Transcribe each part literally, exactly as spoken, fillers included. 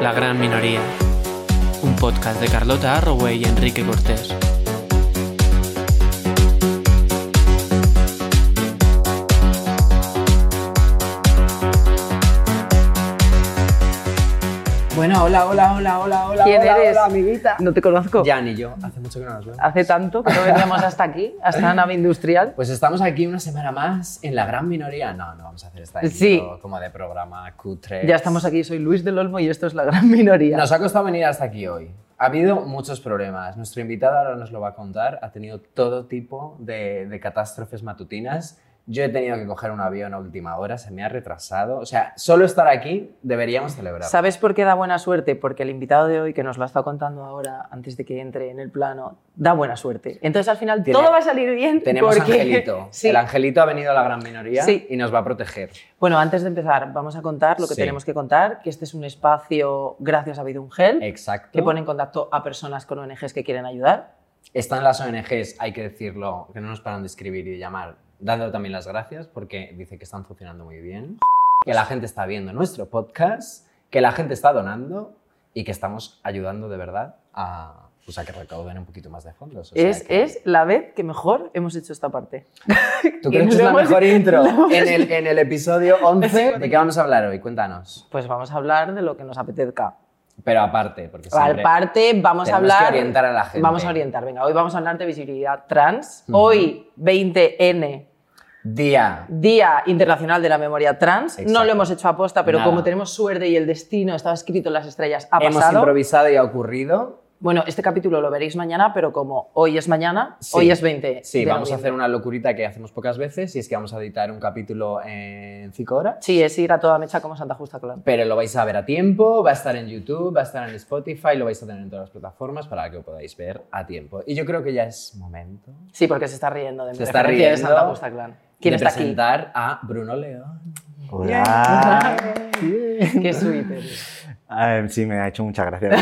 La Gran Minoría, un podcast de Carlota Arroway y Enrique Cortés. Bueno, hola, hola, hola, hola, hola. ¿Quién hola, eres? Hola, amiguita. No te conozco. Ya ni yo, hace mucho que no nos vemos. Hace tanto que no veníamos hasta aquí, hasta la nave industrial. Pues estamos aquí una semana más en La Gran Minoría. No, no vamos a hacer esta intro Sí. como de programa cutre. Ya estamos aquí, soy Luis del Olmo y esto es La Gran Minoría. Nos ha costado venir hasta aquí hoy. Ha habido muchos problemas. Nuestro invitado ahora nos lo va a contar. Ha tenido todo tipo de, de catástrofes matutinas. Yo he tenido que coger un avión a última hora, se me ha retrasado. O sea, solo estar aquí deberíamos celebrar. ¿Sabes por qué da buena suerte? Porque el invitado de hoy, que nos lo ha estado contando ahora, antes de que entre en el plano, da buena suerte. Entonces, al final, Tiene- todo va a salir bien. Tenemos porque... Angelito. Sí. El Angelito ha venido a La Gran Minoría Sí. y nos va a proteger. Bueno, antes de empezar, vamos a contar lo que Sí. tenemos que contar, que este es un espacio gracias a Bidungel, Exacto. que pone en contacto a personas con O N Ges que quieren ayudar. Están las O N Ges, hay que decirlo, que no nos paran de escribir y de llamar, dando también las gracias porque dice que están funcionando muy bien, que la gente está viendo nuestro podcast, que la gente está donando y que estamos ayudando de verdad a, pues, a que recauden un poquito más de fondos. O sea Es, que- es la vez que mejor hemos hecho esta parte. ¿Tú que crees que es lo la hemos- mejor intro? lo hemos- En el, en el episodio once, ¿de qué vamos a hablar hoy? Cuéntanos. Pues vamos a hablar de lo que nos apetezca. Pero aparte, porque siempre Aparte, vamos a tenemos hablar... que orientar a la gente. Vamos a orientar, venga, hoy vamos a hablar de visibilidad trans. Ujú. Hoy, veinte ene, Día. Día Internacional de la Memoria Trans. Exacto. No lo hemos hecho aposta, pero Nada. como tenemos suerte y el destino estaba escrito en las estrellas, ha Hemos pasado. improvisado y ha ocurrido. Bueno, este capítulo lo veréis mañana, pero como hoy es mañana, Sí. hoy es veinte. Sí, de vamos a noviembre. hacer una locurita que hacemos pocas veces y es que vamos a editar un capítulo en cinco horas. Sí, es ir a toda mecha como Santa Justa Clan. Pero lo vais a ver a tiempo, va a estar en YouTube, va a estar en Spotify, lo vais a tener en todas las plataformas para que lo podáis ver a tiempo. Y yo creo que ya es momento Sí, porque se está riendo de mi Se está referencia de riendo Santa Justa Clan. ¿Quién de está aquí? presentar a Bruno León. Hola. Qué sweet eres. Ah, sí, me ha hecho mucha gracia.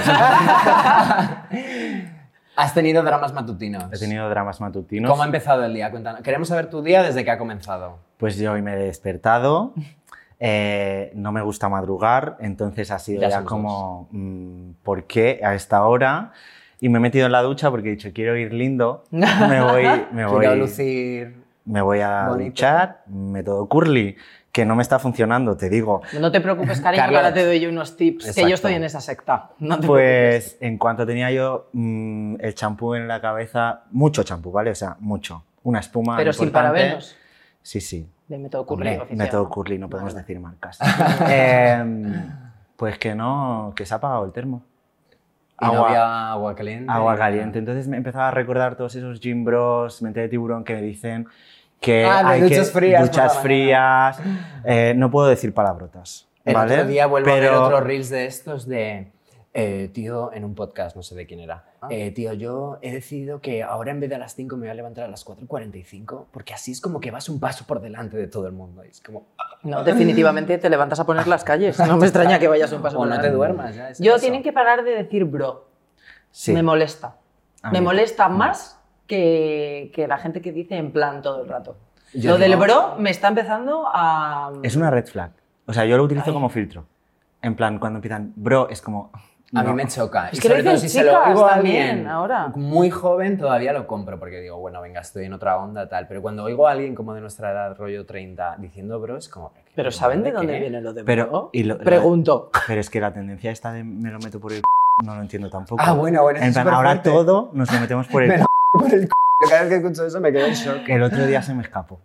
Has tenido dramas matutinos. He tenido dramas matutinos. ¿Cómo ha empezado el día? Cuéntanos. Queremos saber tu día desde que ha comenzado. Pues yo hoy me he despertado. eh, no me gusta madrugar, entonces ha sido Ya ya, somos como, mm, ¿por qué a esta hora? Y me he metido en la ducha porque he dicho, quiero ir lindo, me voy, me voy, Quiero lucir... me voy a bonito. duchar, método curly, que no me está funcionando, te digo. No te preocupes, cariño, que Carlos. ahora te doy yo unos tips, que Exacto. yo estoy en esa secta. No te preocupes. Pues en cuanto tenía yo mm, el champú en la cabeza, mucho champú, ¿vale? O sea, mucho. Una espuma Pero sin importante. parabenos. Sí, sí. De método curly Hombre, oficial. Método curly, no podemos decir marcas. Em, pues que no, que se ha apagado el termo. Y no Agua- había agua caliente. Agua caliente. Entonces me empezaba a recordar todos esos gym bros, mente de tiburón, que me dicen que Ah, de hay duchas que, frías por duchas la frías. eh, no puedo decir palabrotas. El ¿vale? otro día vuelvo Pero... a ver otros reels de estos de... eh, tío, en un podcast, no sé de quién era. Ah. Eh, tío, yo he decidido que ahora en vez de a las cinco me voy a levantar a las cuatro y cuarenta y cinco porque así es como que vas un paso por delante de todo el mundo. Y es como... No, definitivamente te levantas a poner las calles. No me extraña que vayas un paso O por no te delante. duermas. Ya, ese Yo paso. tienen que parar de decir bro. Sí. Me molesta. A Me mí- molesta más que, que la gente que dice en plan todo el rato. Yo Lo del digo- bro me está empezando a... Es una red flag. O sea, yo lo utilizo Ay. como filtro. En plan, cuando empiezan, bro, es como... A no. mí me choca. Es Y que lo sobre todo dicen si se lo chicas oigo a también, alguien ahora. muy joven, todavía lo compro porque digo, bueno, venga, estoy en otra onda, tal. Pero cuando oigo a alguien como de nuestra edad, rollo treinta, diciendo bro, es como... Pero ¿saben de dónde qué? viene lo de Pero, bro? y lo- Pregunto. Pero es que la tendencia esta de me lo meto por el no lo entiendo tampoco. Ah, bueno, bueno, eso En es plan, súper ahora fuerte. todo nos lo metemos por el Me lo por el c***. Cada vez que escucho eso me quedo en shock. que el otro día se me escapó.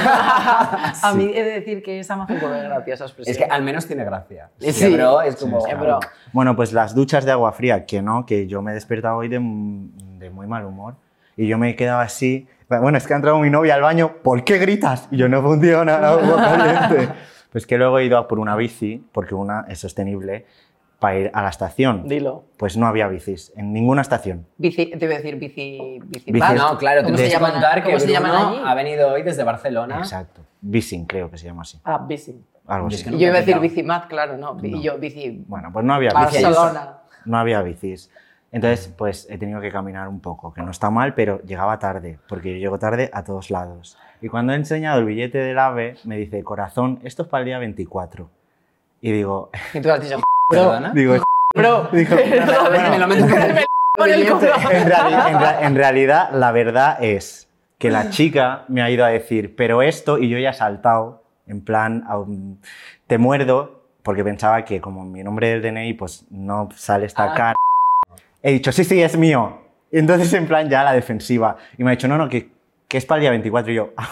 A mí he de decir que esa me hace un poco de gracia esa expresión. Es que al menos tiene gracia. Sí. Sí, bro, es como... Sí, bro. Bueno, pues las duchas de agua fría, que no, que yo me he despertado hoy de, de muy mal humor. Y yo me he quedado así. Bueno, es que ha entrado mi novia al baño, ¿por qué gritas? Y yo no funciona la agua caliente. Pues que luego he ido a por una bici, porque una es sostenible, para ir a la estación. Dilo. Pues no había bicis, en ninguna estación. Bici, te iba a decir bici... bici, Bici Ah, es- no, claro, ¿Cómo tienes se que llaman- contar que cómo se llaman Bruno allí? ha venido hoy desde Barcelona. Exacto. Bicing, creo que se llama así. Ah, bici. Algo Yo es así. que no Y yo iba a decir pillado. bicimat, claro, no. No. Y yo bici... Bueno, pues no había bicis. Barcelona. No había bicis. Entonces, pues he tenido que caminar un poco, que no está mal, pero llegaba tarde, porque yo llego tarde a todos lados. Y cuando he enseñado el billete del AVE, me dice, corazón, esto es para el día veinticuatro. Y digo, Y tú has dicho, ¿Perdona? digo, Bro, Dijo, perdóname, bueno, me lo meto por el por el culo. En, reali- en ra- en realidad, la verdad es que la chica me ha ido a decir, pero esto, y yo ya he saltado, en plan, aún te muerdo, porque pensaba que como mi nombre del D N I, pues no sale esta Ah. cara. He dicho, sí, sí, es mío. Y entonces, en plan, ya a la defensiva. Y me ha dicho, no, no, que, que es para el día veinticuatro. Y yo, ah,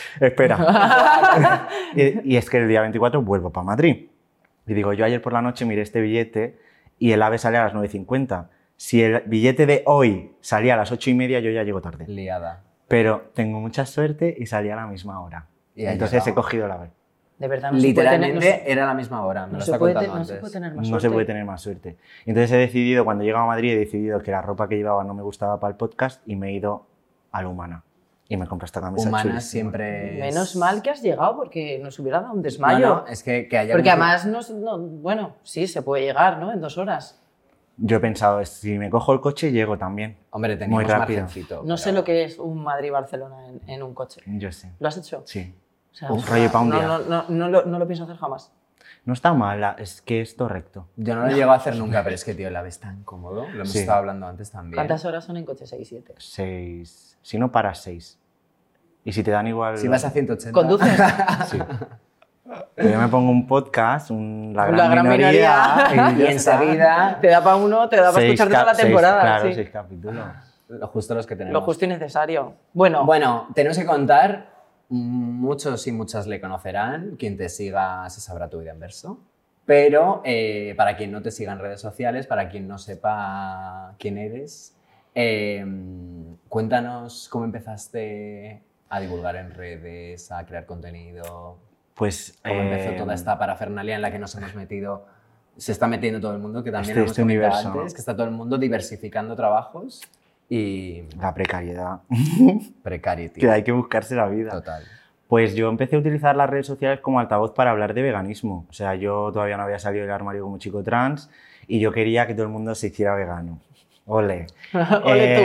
espera. y, y es que el día veinticuatro vuelvo para Madrid. Y digo, yo ayer por la noche miré este billete y el AVE sale a las nueve y cincuenta. Si el billete de hoy salía a las ocho y media, yo ya llego tarde. Liada. Pero tengo mucha suerte y salía a la misma hora. Y ha Entonces llegado. he cogido la AVE. De verdad, no se puede tener, Literalmente no se- era la misma hora, me no lo se está puede te- contando no antes. se puede tener más No suerte. se puede tener más suerte. Entonces he decidido, cuando he llegado a Madrid, he decidido que la ropa que llevaba no me gustaba para el podcast y me he ido a la Humana. Y me compré esta camisa Humana chulísima. siempre es- Menos mal que has llegado porque nos hubiera dado un desmayo. No, no, es que, que haya Porque un- además, no, no- bueno, sí, se puede llegar, ¿no? En dos horas. Yo he pensado, si me cojo el coche, llego también. Hombre, teníamos Muy rápido. margencito. No sé pero- lo que es un Madrid-Barcelona en, en un coche. Yo sé. ¿Lo has hecho? Sí. O sea, Uf, rollo pa' un no, día. no, no, no lo, no lo pienso hacer jamás. No está mal, la- es que es todo recto. Yo no lo llego a hacer nunca, pero es que, tío, el AVE es tan cómodo. Lo hemos Sí. estado hablando antes también. ¿Cuántas horas son en coche? seis, siete. Seis. Si no, para seis. Y si te dan igual... Si vas a ciento ochenta. ¿Conduces? Sí. Pero yo me pongo un podcast, un, la, gran La gran minoría, minoría. y, Y ya está. enseguida, Te da para uno, te da para Seis escuchar toda cap- la seis- temporada. claro, sí. seis capítulos. lo justo los que tenemos. Lo justo y necesario. Bueno, Bueno, tenemos que contar, muchos y muchas le conocerán, quien te siga se sabrá tu vida en verso, pero eh, para quien no te siga en redes sociales, para quien no sepa quién eres, eh, cuéntanos cómo empezaste a divulgar en redes, a crear contenido, Pues... cómo empezó eh, toda esta parafernalia en la que nos hemos metido, se está metiendo todo el mundo, que también Este- hemos este comentado universo. antes, que está todo el mundo diversificando trabajos y La precariedad. precarity. Que hay que buscarse la vida. Total. Pues yo empecé a utilizar las redes sociales como altavoz para hablar de veganismo. O sea, yo todavía no había salido del armario como chico trans y yo quería que todo el mundo se hiciera vegano. Ole. Ole tú.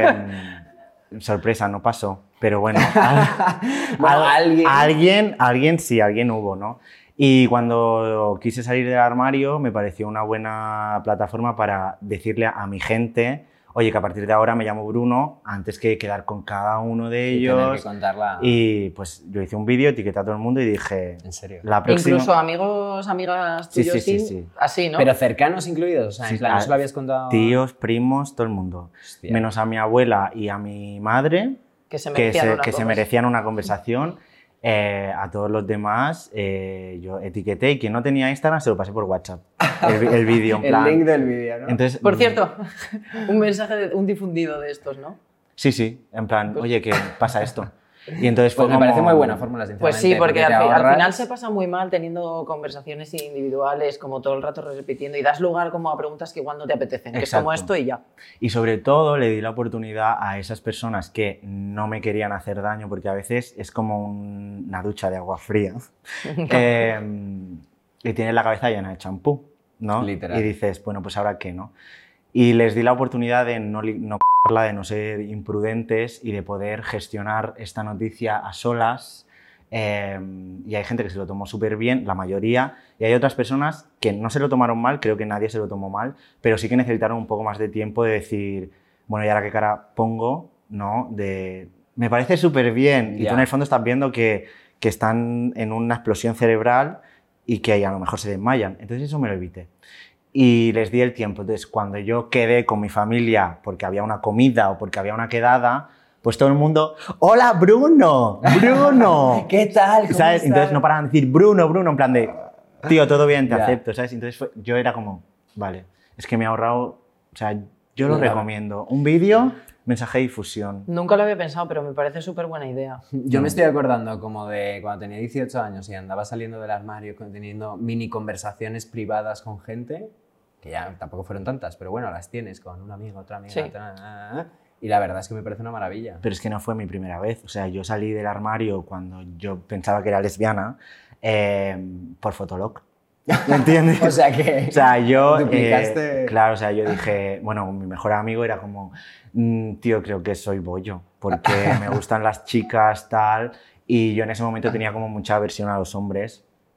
Eh, sorpresa, no pasó. Pero bueno, Bueno, al- alguien- alguien, alguien sí, alguien hubo, ¿no? Y cuando quise salir del armario me pareció una buena plataforma para decirle a mi gente, oye, que a partir de ahora me llamo Bruno, antes que quedar con cada uno de Y tener que ellos. contarla. Y pues yo hice un vídeo, etiqueté a todo el mundo y dije, En serio. la próxima... incluso amigos, amigas Sí, tuyos, sí, sí, sí, sí. así, ¿no? Pero cercanos incluidos, o sea, Sí, en plan, ¿no a- se lo habías contado? Tíos, primos, todo el mundo. Hostia. Menos a mi abuela y a mi madre, que se que, merecían se, una que se cosa. merecían una conversación. Eh, a todos los demás eh, yo etiqueté y quien no tenía Instagram se lo pasé por WhatsApp. El, vi- el vídeo, en El plan... link del vídeo, ¿no? Entonces, Por mm, cierto, un mensaje, de, un difundido de estos, ¿no? Sí, sí, en plan, oye, ¿qué pasa esto? Y entonces fue Pues me como- parece muy buena fórmula, Pues sinceramente. sí, porque al, te fi- al ahorras- final se pasa muy mal teniendo conversaciones individuales, como todo el rato repitiendo, y das lugar como a preguntas que igual no te apetecen, que es como Exacto. esto y ya. Y sobre todo le di la oportunidad a esas personas que no me querían hacer daño, porque a veces es como un- una ducha de agua fría. eh, y tienes la cabeza llena de champú, ¿no? Literal. Y dices, bueno, pues ahora qué, ¿no? Y les di la oportunidad de no, li- no c***la, de no ser imprudentes y de poder gestionar esta noticia a solas. Eh, y hay gente que se lo tomó súper bien, la mayoría, y hay otras personas que no se lo tomaron mal, creo que nadie se lo tomó mal, pero sí que necesitaron un poco más de tiempo de decir, bueno, ¿y ahora qué cara pongo? ¿No? De, me parece súper bien, y Ya. tú en el fondo estás viendo que, que están en una explosión cerebral y que a lo mejor se desmayan. Entonces eso me lo evité. Y les di el tiempo. Entonces, cuando yo quedé con mi familia porque había una comida o porque había una quedada, pues todo el mundo, ¡hola, Bruno! ¡Bruno! ¿Qué tal? ¿Cómo ¿Sabes? estás? Entonces no paraban de decir, Bruno, Bruno, en plan de, tío, todo bien, te Ya. acepto, ¿sabes? Entonces fue- yo era como, vale, es que me he ahorrado, o sea, yo lo Claro. recomiendo. Un vídeo, mensaje de difusión. Nunca lo había pensado, pero me parece súper buena idea. Yo me estoy acordando como de cuando tenía dieciocho años y andaba saliendo del armario con- teniendo mini conversaciones privadas con gente, que ya tampoco fueron tantas, pero bueno, las tienes con un amigo, otra amiga, Sí. otra- y la verdad es que me parece una maravilla. Pero es que no fue mi primera vez. O sea, yo salí del armario cuando yo pensaba que era lesbiana eh, por Fotolog. ¿Me entiendes? O sea que O sea, yo... duplicaste- eh, claro, o sea, yo dije... Bueno, mi mejor amigo era como... "Mm, tío, creo que soy bollo. Porque me gustan las chicas, tal... Y yo en ese momento tenía como mucha aversión a los hombres.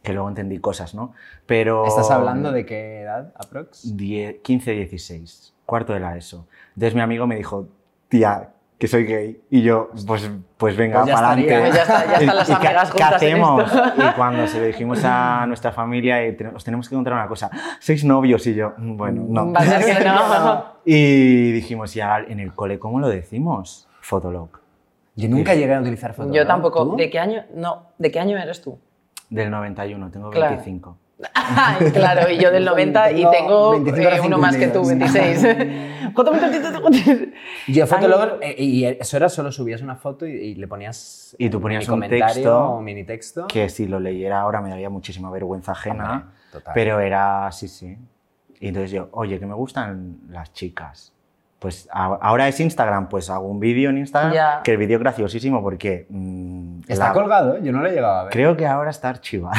que luego entendí cosas, ¿no? Pero... ¿Estás hablando de qué edad, aprox? quince, dieciséis, cuarto de la ESO. Entonces mi amigo me dijo, tía, que soy gay. Y yo, pues, pues venga, Pues ya para estaría. adelante. Pues ya, está, ya están las ¿Y qué- amigas qué juntas en hacemos? esto. Y cuando se lo dijimos a nuestra familia, eh, te- os tenemos que contar una cosa. ¿Sois novios? Y yo, "Mm, bueno, no. Va a ser que no. Y dijimos, ya en el cole, ¿cómo lo decimos? Fotolog. Yo nunca llegué a utilizar Fotolog. Yo tampoco. ¿Tú? ¿De qué año? No, ¿de qué año eres tú? Del noventa y uno, tengo Claro. veinticinco. Ay, claro, y yo del noventa y Tengo tengo veinticinco eh, uno más que tú, cincuenta y dos. veintiséis. Joder, Yo Fotolog, eh, y eso era solo subías una foto y, y le ponías Y tú ponías mini un comentario texto o mini texto. Que si lo leyera ahora me daría muchísima vergüenza ajena. Hombre, total. Pero era así, sí. Y entonces yo, oye, que me gustan las chicas. Pues a- ahora es Instagram, pues hago un vídeo en Instagram, Ya. que el vídeo es graciosísimo porque... mm, Está la- colgado, yo no lo he llegado a ver. Creo que ahora está archivado.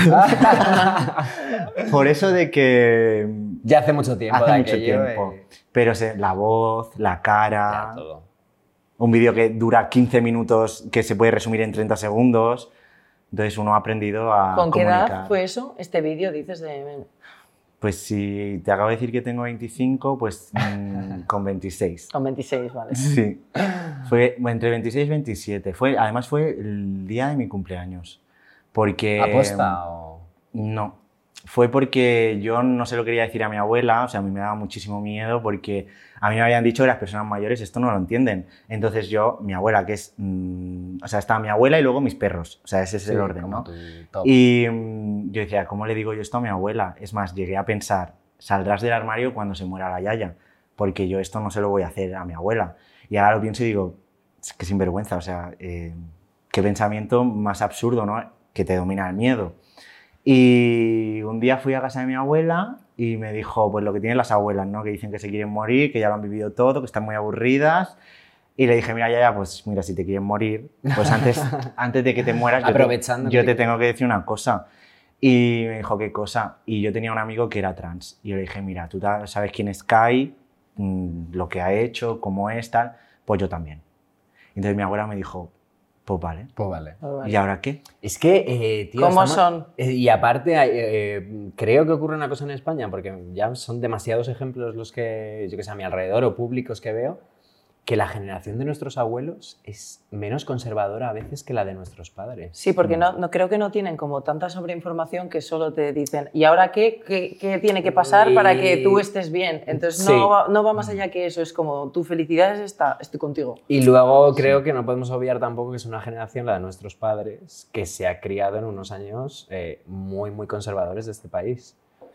Por eso de que... mm, Ya hace mucho tiempo. hace de mucho aquello, tiempo. eh, Pero se- la voz, la cara... ya, todo. Un vídeo que dura quince minutos, que se puede resumir en treinta segundos. Entonces uno ha aprendido a ¿Con qué comunicar. edad fue eso? Este vídeo dices de... Pues si te acabo de decir que tengo veinticinco, pues mm, con veintiséis. Con veintiséis, vale. Sí. Fue entre veintiséis y veintisiete. Fue, además fue el día de mi cumpleaños. Porque... ¿Aposta o...? No. Fue porque yo no se lo quería decir a mi abuela, o sea, a mí me daba muchísimo miedo porque a mí me habían dicho que las personas mayores esto no lo entienden. Entonces yo, mi abuela, que es... mm, o sea, estaba mi abuela y luego mis perros. O sea, ese es Sí, el orden, como ¿no? tu top. Y mm, yo decía, ¿cómo le digo yo esto a mi abuela? Es más, llegué a pensar, saldrás del armario cuando se muera la yaya, porque yo esto no se lo voy a hacer a mi abuela. Y ahora lo pienso y digo, es que sinvergüenza, o sea, eh, qué pensamiento más absurdo, ¿no? Que te domina el miedo. Y un día fui a casa de mi abuela y me dijo, pues lo que tienen las abuelas, ¿no? Que dicen que se quieren morir, que ya lo han vivido todo, que están muy aburridas. Y le dije, mira, Yaya, pues mira, si te quieren morir, pues antes, antes de que te mueras, yo, Aprovechando te, yo que- te tengo que decir una cosa. Y me dijo, ¿qué cosa? Y yo tenía un amigo que era trans. Y yo le dije, mira, tú ta- sabes quién es Kai, mm, lo que ha hecho, cómo es, tal, pues yo también. Entonces mi abuela me dijo, pues vale. Pues vale. ¿Y ahora qué? Es que, eh, tío, ¿Cómo estamos- son? eh, y aparte, hay, eh, creo que ocurre una cosa en España, porque ya son demasiados ejemplos los que, yo que sé, a mi alrededor o públicos que veo, que la generación de nuestros abuelos es menos conservadora a veces que la de nuestros padres. Sí, porque no, no creo que no tienen como tanta sobreinformación que solo te dicen, ¿y ahora qué, qué, qué tiene que pasar Y- para que tú estés bien? Entonces Sí. no, va, no va más allá que eso, es como tu felicidad es esta, estoy contigo. Y luego creo que no podemos obviar tampoco que es una generación, la de nuestros padres, que se ha criado en unos años eh, muy, muy conservadores de este país.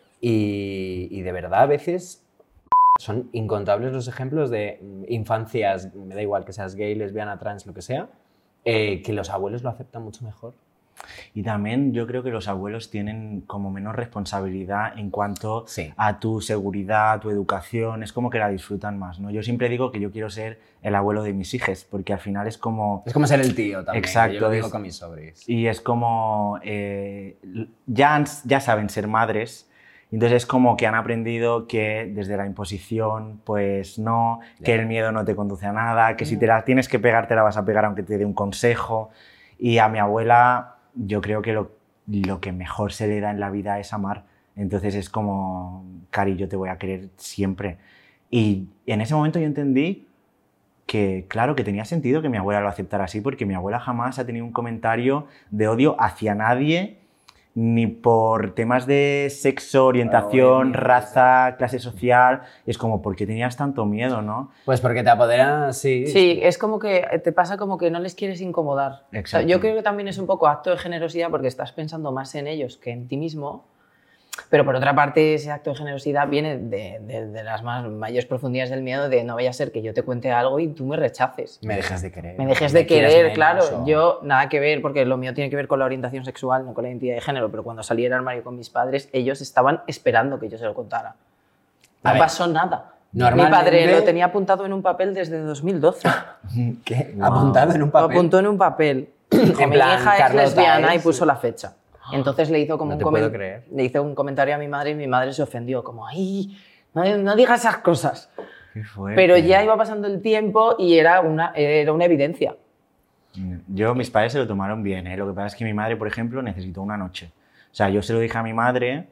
Y, y de verdad, a veces son incontables los ejemplos de mm, infancias, me da igual que seas gay, lesbiana, trans, lo que sea, eh, que los abuelos lo aceptan mucho mejor. Y también yo creo que los abuelos tienen como menos responsabilidad en cuanto Sí. a tu seguridad, a tu educación, es como que la disfrutan más, ¿no? Yo siempre digo que yo quiero ser el abuelo de mis hijas, porque al final es como... Es como ser el tío también, que Exacto, yo lo digo es- con mis sobris. Y es como... eh, ya, han- ya saben ser madres, entonces es como que han aprendido que desde la imposición, pues no, que Ya. el miedo no te conduce a nada, que si te la tienes que pegar, te la vas a pegar aunque te dé un consejo. Y a mi abuela, yo creo que lo, lo que mejor se le da en la vida es amar. Entonces es como, Cari, yo te voy a querer siempre. Y en ese momento yo entendí que, claro, que tenía sentido que mi abuela lo aceptara así, porque mi abuela jamás ha tenido un comentario de odio hacia nadie, ni por temas de sexo, orientación, etnia, raza, clase social. Es como, ¿por qué tenías tanto miedo, no? Pues porque te apodera, sí. Sí, es como que te pasa como que no les quieres incomodar. O sea, Exacto. yo creo que también es un poco acto de generosidad porque estás pensando más en ellos que en ti mismo. Pero por otra parte, ese acto de generosidad viene de, de- de las más mayores profundidades del miedo de no vaya a ser que yo te cuente algo y tú me rechaces. Me dejas de querer. Me dejes de quieras querer, menos, claro. o- Yo nada que ver, porque lo mío tiene que ver con la orientación sexual, no con la identidad de género, pero cuando salí del armario con mis padres, ellos estaban esperando que yo se lo contara. A No ver, pasó nada. normalmente- Mi padre lo tenía apuntado en un papel desde dos mil doce. ¿Qué? Apuntado en un papel. Lo apuntó en un papel. Que En mi plan, hija es Carlota lesbiana y es- puso la fecha. Entonces le hizo como No un te puedo comen- creer. le hizo un comentario a mi madre y mi madre se ofendió, como, ay, no, no digas esas cosas. Qué fuerte. Pero ya iba pasando el tiempo y era una, era una evidencia. Yo, mis padres se lo tomaron bien, ¿eh? Lo que pasa es que mi madre, por ejemplo, necesitó una noche. O sea, yo se lo dije a mi madre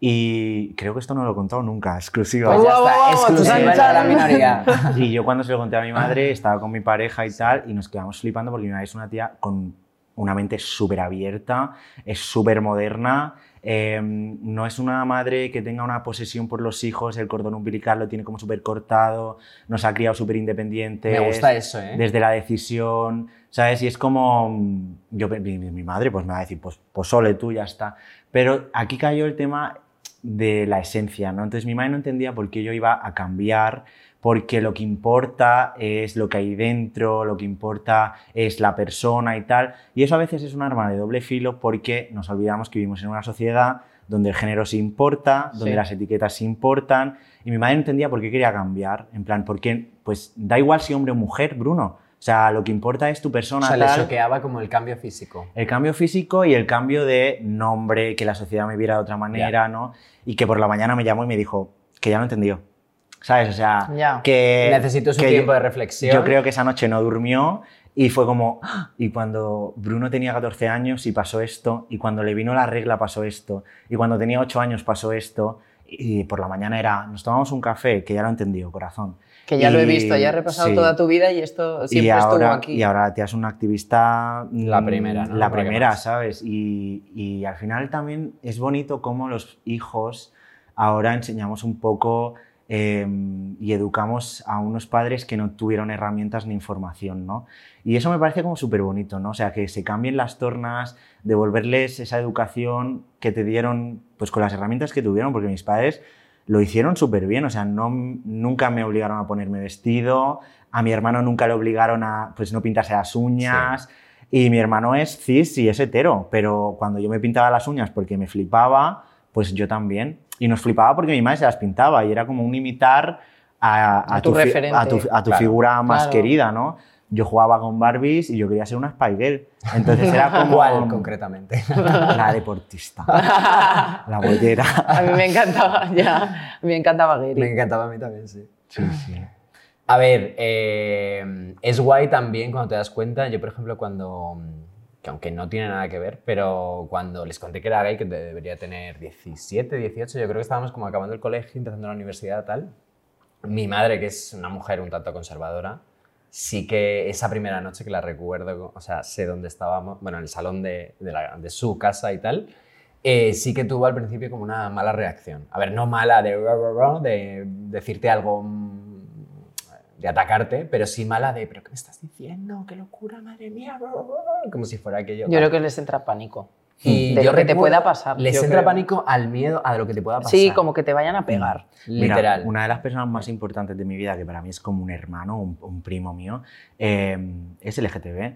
y creo que esto no lo he contado nunca, exclusiva. Pues ya Wow, está, wow, wow, exclusiva chan, de chan. la minoría. Y yo cuando se lo conté a mi madre, estaba con mi pareja y tal, y nos quedamos flipando porque mi madre es una tía con una mente súper abierta, es súper moderna, eh, no es una madre que tenga una posesión por los hijos, el cordón umbilical lo tiene como súper cortado, nos ha criado súper independientes. Me gusta eso, ¿eh? Desde la decisión, ¿sabes? Y es como, yo, mi, mi madre pues me va a decir, pues, pues ole tú, ya está. Pero aquí cayó el tema de la esencia, ¿no? Entonces mi madre no entendía por qué yo iba a cambiar, porque lo que importa es lo que hay dentro, lo que importa es la persona y tal. Y eso a veces es un arma de doble filo porque nos olvidamos que vivimos en una sociedad donde el género sí importa, donde Sí. las etiquetas sí importan. Y mi madre no entendía por qué quería cambiar. En plan, ¿por qué? Pues da igual si hombre o mujer, Bruno. O sea, lo que importa es tu persona, O sea, le tal. choqueaba como el cambio físico. El cambio físico y el cambio de nombre, que la sociedad me viera de otra manera, ¿no? Y que por la mañana me llamó y me dijo que ya lo entendió. ¿Sabes? O sea, Ya. que... Necesito su que tiempo yo- de reflexión. Yo creo que esa noche no durmió y fue como... ¡ah! Y cuando Bruno tenía catorce años y pasó esto, y cuando le vino la regla pasó esto, y cuando tenía ocho años pasó esto, y por la mañana era, nos tomamos un café, que ya lo entendió, corazón. Que ya lo he Y- visto, ya he repasado sí. toda tu vida y esto Y siempre estuvo ahora, aquí. y ahora la tía es una activista... La mm, primera, ¿no? La ¿Para qué primera, más? ¿sabes? Y, y al final también es bonito cómo los hijos ahora enseñamos un poco eh, y educamos a unos padres que no tuvieron herramientas ni información, ¿no? Y eso me parece como súper bonito, ¿no? O sea, que se cambien las tornas, devolverles esa educación que te dieron, pues con las herramientas que tuvieron, porque mis padres lo hicieron súper bien, o sea, no, nunca me obligaron a ponerme vestido, a mi hermano nunca le obligaron a, pues, no pintarse las uñas, y mi hermano es cis y es hetero, pero cuando yo me pintaba las uñas porque me flipaba, pues yo también. Y nos flipaba porque mi madre se las pintaba y era como un imitar a, A tu fi- referente. a tu, a tu Claro, figura más claro. querida, ¿no? Yo jugaba con Barbies y yo quería ser una Spy Girl. Entonces era como... ¿Cuál, concretamente? La deportista. La bollera. A mí me encantaba, ya. A mí me encantaba Gary. Me encantaba a mí también, sí. Sí, sí. A ver, eh, es guay también cuando te das cuenta. Yo, por ejemplo, cuando, que aunque no tiene nada que ver, pero cuando les conté que era gay, que debería tener diecisiete, dieciocho, yo creo que estábamos como acabando el colegio, empezando la universidad, tal. Mi madre, que es una mujer un tanto conservadora, sí que esa primera noche que la recuerdo, o sea, sé dónde estábamos, bueno, en el salón de, de, la, de su casa y tal, eh, sí que tuvo al principio como una mala reacción. A ver, no mala de, de decirte algo, de atacarte, pero sí mala de, ¿pero qué me estás diciendo? ¡Qué locura, madre mía! Como si fuera aquello. Yo creo que les entra pánico. Y de yo lo que te recuerdo- pueda pasar. Les yo entra creo. pánico al miedo a lo que te pueda pasar. Sí, como que te vayan a pegar. Literal. Mira, una de las personas más importantes de mi vida, que para mí es como un hermano, un, un primo mío, eh, es L G T B.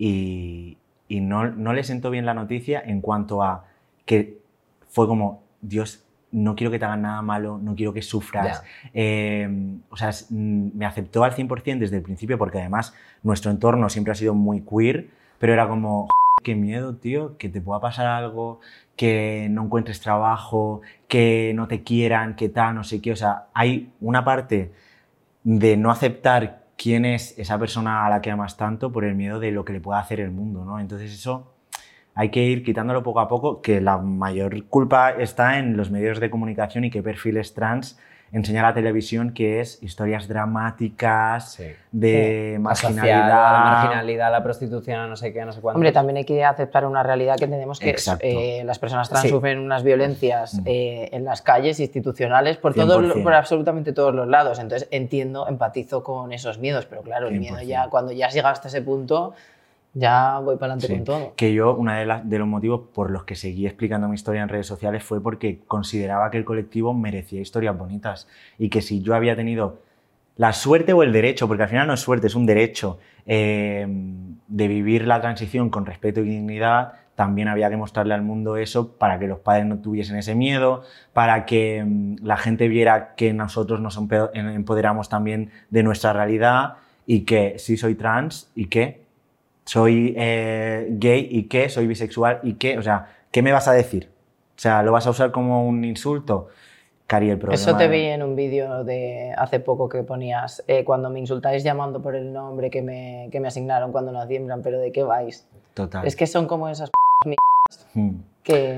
Y, y no, no le sentó bien la noticia en cuanto a que fue como, Dios, no quiero que te hagan nada malo, no quiero que sufras. Eh, o sea, es- mm, me aceptó al cien por ciento desde el principio, porque además nuestro entorno siempre ha sido muy queer, pero era como, qué miedo, tío, que te pueda pasar algo, que no encuentres trabajo, que no te quieran, que tal, no sé qué. O sea, hay una parte de no aceptar quién es esa persona a la que amas tanto por el miedo de lo que le pueda hacer el mundo, ¿no? Entonces eso hay que ir quitándolo poco a poco, que la mayor culpa está en los medios de comunicación y qué perfiles trans enseña la televisión, que es historias dramáticas, Sí. de Asociado marginalidad. a la marginalidad, a la prostitución, a no sé qué, a no sé cuánto. Hombre, también hay que aceptar una realidad que entendemos que Exacto. eh, las personas trans Sí. sufren unas violencias Mm. eh, en las calles institucionales por, cien todos, por lo- cien. por absolutamente todos los lados. Entonces entiendo, empatizo con esos miedos, pero claro, el cien miedo por cien. ya, cuando ya has llegado hasta ese punto, ya voy para adelante Sí, con todo. que yo, uno de, las- de los motivos por los que seguí explicando mi historia en redes sociales fue porque consideraba que el colectivo merecía historias bonitas y que si yo había tenido la suerte o el derecho, porque al final no es suerte, es un derecho, eh, de vivir la transición con respeto y dignidad, también había que mostrarle al mundo eso para que los padres no tuviesen ese miedo, para que mm, la gente viera que nosotros nos empe- empoderamos también de nuestra realidad y que sí soy trans y que soy eh, gay y qué, soy bisexual y qué, o sea, ¿qué me vas a decir? O sea, ¿lo vas a usar como un insulto? Cari, el problema... Eso te vi en un vídeo de hace poco que ponías, eh, cuando me insultáis llamando por el nombre que me, que me asignaron cuando nací, en plan, pero ¿de qué vais? Total. Es que son como esas Hmm. que...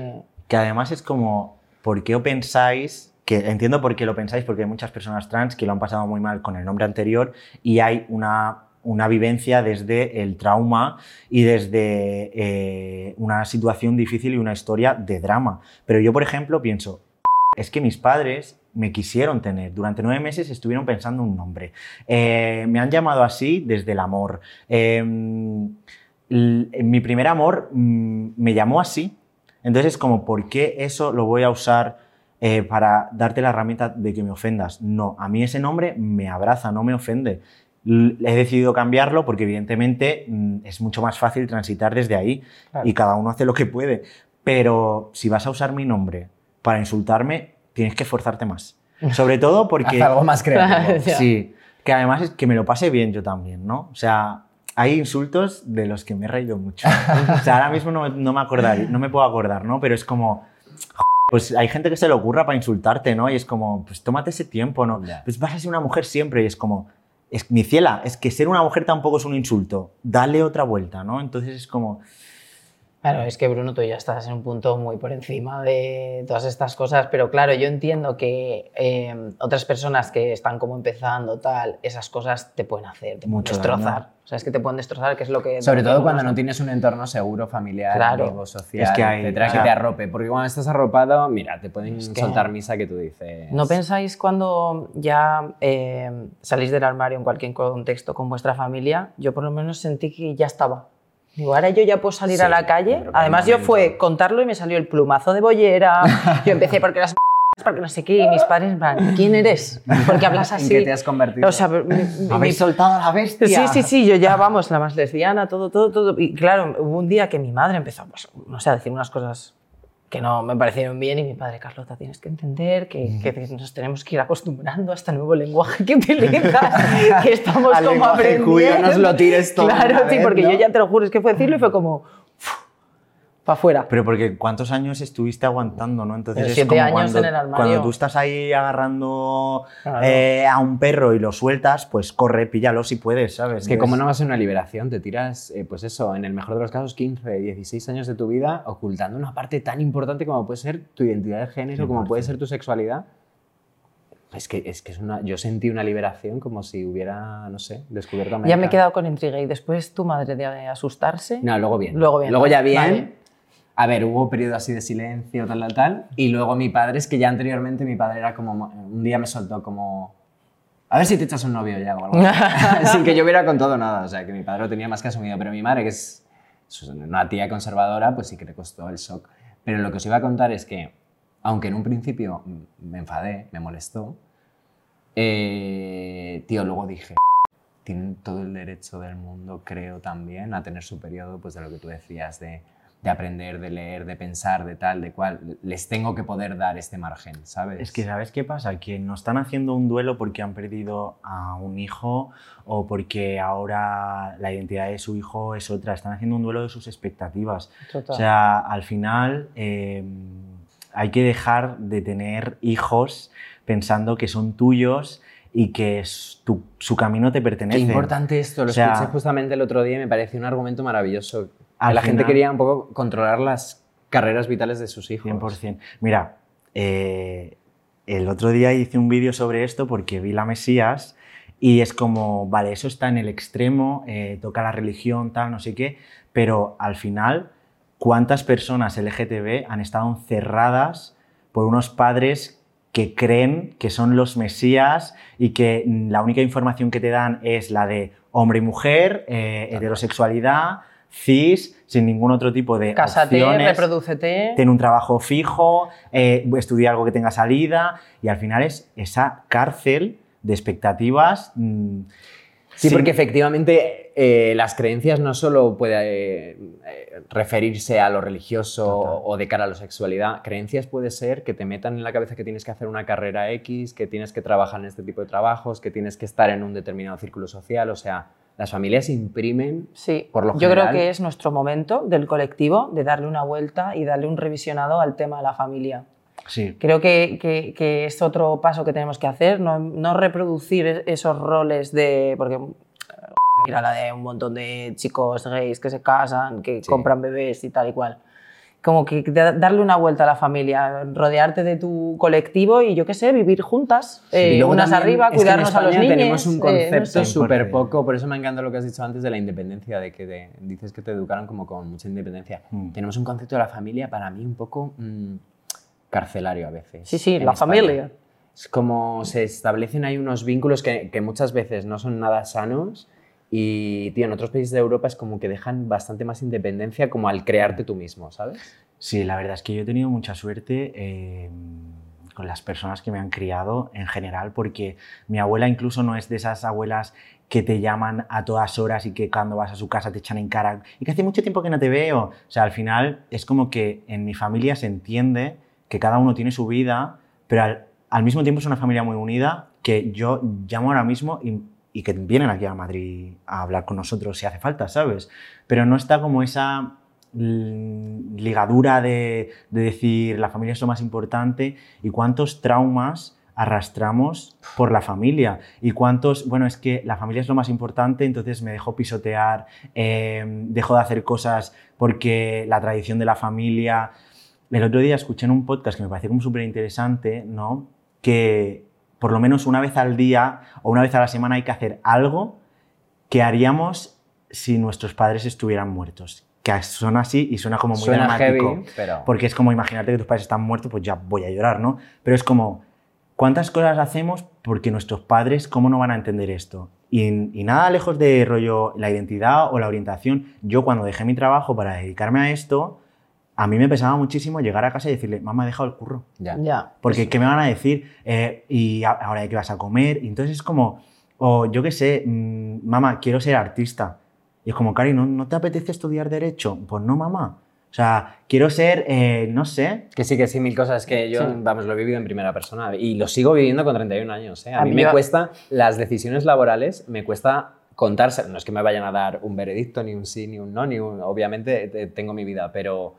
que además es como, ¿por qué o pensáis? Que entiendo por qué lo pensáis, porque hay muchas personas trans que lo han pasado muy mal con el nombre anterior y hay una, una vivencia desde el trauma y desde eh, una situación difícil y una historia de drama. Pero yo, por ejemplo, pienso, es que mis padres me quisieron tener. Durante nueve meses estuvieron pensando un nombre. Eh, me han llamado así desde el amor. Eh, mi primer amor mm, me llamó así. Entonces, como, ¿por qué eso lo voy a usar eh, para darte la herramienta de que me ofendas? No, a mí ese nombre me abraza, no me ofende. L- he decidido cambiarlo porque, evidentemente, mm, es mucho más fácil transitar desde ahí. Claro. Y cada uno hace lo que puede. Pero si vas a usar mi nombre para insultarme, tienes que esforzarte más. Sobre todo porque... Haz algo más creativo. Sí, que además es que me lo pase bien yo también, ¿no? O sea, hay insultos de los que me he reído mucho. O sea, ahora mismo no, no me acordaría, no me puedo acordar, ¿no? Pero es como... Pues hay gente que se le ocurra para insultarte, ¿no? Y es como, pues tómate ese tiempo, ¿no? Yeah. Pues vas a ser una mujer siempre y es como... Es, mi ciela, es que ser una mujer tampoco es un insulto. Dale otra vuelta, ¿no? Entonces es como... Claro, es que Bruno, tú ya estás en un punto muy por encima de todas estas cosas, pero claro, yo entiendo que eh, otras personas que están como empezando, tal, esas cosas te pueden hacer, te pueden destrozar. Daño. O sea, es que te pueden destrozar, que es lo que... Sobre todo cuando no tienes un entorno seguro, familiar, claro. amigo, social, es que hay, etcétera, o sea, que te arrope. Porque cuando estás arropado, mira, te pueden es que soltar misa que tú dices... ¿No pensáis cuando ya eh, salís del armario en cualquier contexto con vuestra familia? Yo por lo menos sentí que ya estaba. Digo, ahora yo ya puedo salir sí, a la calle. Además, yo fue contarlo y me salió el plumazo de bollera. Yo empecé porque las porque no sé qué, y mis padres, ¿quién eres? Porque hablas así. ¿En qué te has convertido? O sea, mi, mi, ¿habéis soltado a la bestia? Sí, sí, sí, yo ya, vamos, la más lesbiana, todo, todo, todo. Y claro, hubo un día que mi madre empezó, pues, no sé, a decir unas cosas que no me parecieron bien y mi padre, Carlota, tienes que entender que, que nos tenemos que ir acostumbrando a este nuevo lenguaje que utilizas, que estamos al como aprendiendo. Cuyo nos lo tires todo. Claro, sí, vez, porque ¿no? yo ya te lo juro, es que fue decirlo y fue como... para afuera. Pero porque ¿cuántos años estuviste aguantando, no? Entonces Pero es siete como años cuando, en el armario. Cuando tú estás ahí agarrando claro. eh, a un perro y lo sueltas, pues corre, píllalo si puedes, ¿sabes? Es que como no va a ser una liberación, te tiras, eh, pues eso, en el mejor de los casos, quince, dieciséis años de tu vida ocultando una parte tan importante como puede ser tu identidad de género, cien por ciento. Como puede ser tu sexualidad. Es que, es que es una, yo sentí una liberación como si hubiera, no sé, descubierto América. Ya me he quedado con intriga. ¿Y después tu madre de asustarse? No, luego bien. Luego bien. Luego ya bien. Vale. A ver, hubo periodo así de silencio, tal, tal, tal. Y luego mi padre, es que ya anteriormente mi padre era como... Un día me soltó como... A ver si te echas un novio ya o algo así. Sin que yo hubiera contado nada. O sea, que mi padre lo tenía más que asumido. Pero mi madre, que es una tía conservadora, pues sí que le costó el shock. Pero lo que os iba a contar es que, aunque en un principio me enfadé, me molestó, eh, tío, luego dije... Tienen todo el derecho del mundo, creo, también, a tener su periodo, pues de lo que tú decías, de... de aprender, de leer, de pensar, de tal, de cual. Les tengo que poder dar este margen, ¿sabes? Es que, ¿sabes qué pasa? Que no están haciendo un duelo porque han perdido a un hijo o porque ahora la identidad de su hijo es otra. Están haciendo un duelo de sus expectativas. Total. O sea, al final eh, hay que dejar de tener hijos pensando que son tuyos y que tu, su camino te pertenece. Qué importante esto, lo o sea, escuché justamente el otro día y me pareció un argumento maravilloso. Al la final, gente quería un poco controlar las carreras vitales de sus hijos. cien por ciento. Mira, eh, el otro día hice un vídeo sobre esto porque vi La Mesías y es como, vale, eso está en el extremo, eh, toca la religión, tal, no sé qué, pero al final, ¿cuántas personas L G T B han estado encerradas por unos padres que creen que son los mesías y que la única información que te dan es la de hombre y mujer, eh, heterosexualidad, cis, sin ningún otro tipo de Cásate, opciones, reprodúcete. ten un trabajo fijo, eh, estudia algo que tenga salida y al final es esa cárcel de expectativas. Mmm, Sí, sí, porque efectivamente eh, las creencias no solo pueden eh, referirse a lo religioso Total. O de cara a la sexualidad. Creencias puede ser que te metan en la cabeza que tienes que hacer una carrera X, que tienes que trabajar en este tipo de trabajos, que tienes que estar en un determinado círculo social. O sea, las familias imprimen sí. por lo Yo general... creo que es nuestro momento del colectivo de darle una vuelta y darle un revisionado al tema de la familia. Sí. Creo que, que, que es otro paso que tenemos que hacer, no, no reproducir esos roles de... Porque mira la de un montón de chicos gays que se casan, que sí. compran bebés y tal y cual. como que da- darle una vuelta a la familia, rodearte de tu colectivo y yo qué sé, vivir juntas, eh, Y luego unas también arriba, es que cuidarnos en a los España niños. tenemos un eh, no concepto sé. súper poco, por eso me encanta lo que has dicho antes de la independencia, de que te- dices que te educaron como con mucha independencia. Mm. Tenemos un concepto de la familia para mí un poco mm, carcelario a veces. Sí, sí, en la España. familia. Es como se establecen ahí unos vínculos que, que muchas veces no son nada sanos y, tío, en otros países de Europa es como que dejan bastante más independencia como al crearte tú mismo, ¿sabes? Sí, la verdad es que yo he tenido mucha suerte eh, con las personas que me han criado en general, porque mi abuela incluso no es de esas abuelas que te llaman a todas horas y que cuando vas a su casa te echan en cara y que hace mucho tiempo que no te veo. O sea, al final es como que en mi familia se entiende que cada uno tiene su vida, pero al, al mismo tiempo es una familia muy unida que yo llamo ahora mismo y, y que vienen aquí a Madrid a hablar con nosotros si hace falta, ¿sabes? Pero no está como esa ligadura de, de decir la familia es lo más importante y cuántos traumas arrastramos por la familia y cuántos, bueno, es que la familia es lo más importante, entonces me dejo pisotear, eh, dejo de hacer cosas porque la tradición de la familia. El otro día escuché en un podcast que me pareció como súper interesante, ¿no? Que por lo menos una vez al día o una vez a la semana hay que hacer algo que haríamos si nuestros padres estuvieran muertos. Que suena así y suena como muy Suena dramático. heavy, pero... Porque es como imaginarte que tus padres están muertos, pues ya voy a llorar, ¿no? Pero es como, ¿cuántas cosas hacemos porque nuestros padres, cómo no van a entender esto? Y, y nada lejos de rollo la identidad o la orientación. Yo cuando dejé mi trabajo para dedicarme a esto, a mí me pesaba muchísimo llegar a casa y decirle, mamá, he dejado el curro. Ya. Ya. Porque, ¿qué me van a decir? Eh, y a- ahora, ¿de qué vas a comer? Y entonces es como, o yo qué sé, mmm, mamá, quiero ser artista. Y es como, Cari, ¿no, ¿no te apetece estudiar Derecho? Pues no, mamá. O sea, quiero ser, eh, no sé. Que sí, que sí, mil cosas que yo, Sí. vamos, lo he vivido en primera persona y lo sigo viviendo con treinta y un años. ¿eh? A, A mí mí me yo- cuesta, las decisiones laborales, me cuesta contarse, no es que me vayan a dar un veredicto, ni un sí, ni un no, ni un, obviamente eh, tengo mi vida, pero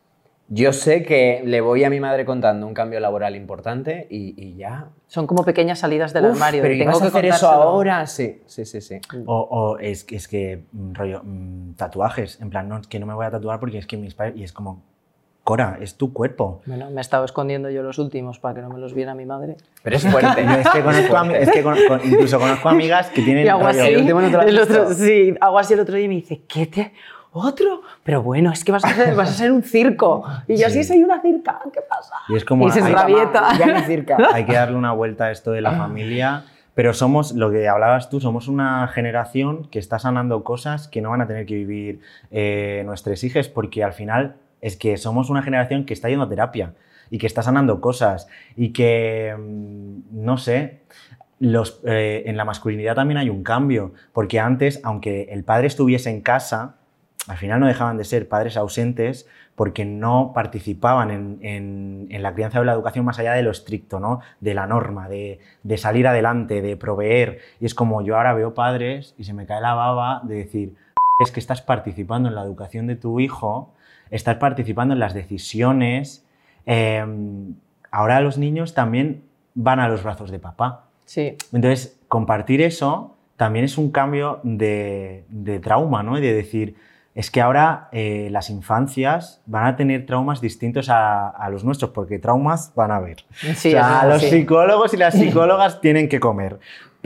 yo sé que le voy a mi madre contando un cambio laboral importante y, y ya. Son como pequeñas salidas del Uf, armario. pero y ¿y tengo vas a que hacer eso contárselo. ahora? Sí, sí, sí, sí. O, o es, es que, mm, rollo, mm, tatuajes. En plan, no, es que no me voy a tatuar porque es que mis padres... Y es como, Cora, es tu cuerpo. Bueno, me he estado escondiendo yo los últimos para que no me los viera mi madre. Pero es fuerte. Yo es que conozco, ami- es que con- con- incluso conozco amigas que tienen... Y hago rollo- así. el último no te lo has el otro, visto. sí, hago así el otro día y me dice, ¿qué te...? ¿Otro? Pero bueno, es que vas a ser, vas a ser un circo. Y yo, sí, soy una circa, ¿qué pasa? Y es como... Y se hay- rabieta. Ya ni circa. Hay que darle una vuelta a esto de la familia, pero somos, lo que hablabas tú, somos una generación que está sanando cosas que no van a tener que vivir eh, nuestros hijos, porque al final es que somos una generación que está yendo a terapia y que está sanando cosas y que, mm, no sé, los, eh, en la masculinidad también hay un cambio, porque antes, aunque el padre estuviese en casa, al final no dejaban de ser padres ausentes porque no participaban en, en- en la crianza o la educación más allá de lo estricto, ¿no? De la norma, de, de salir adelante, de proveer. Y es como yo ahora veo padres y se me cae la baba de decir, es que estás participando en la educación de tu hijo, estás participando en las decisiones. eh, ahora los niños también van a los brazos de papá. Sí. Entonces, compartir eso también es un cambio de, de trauma, ¿no? Y de decir, es que ahora eh, las infancias van a tener traumas distintos a, a los nuestros, porque traumas van a haber. Sí, o sea, eso es los así. psicólogos y las psicólogas tienen que comer.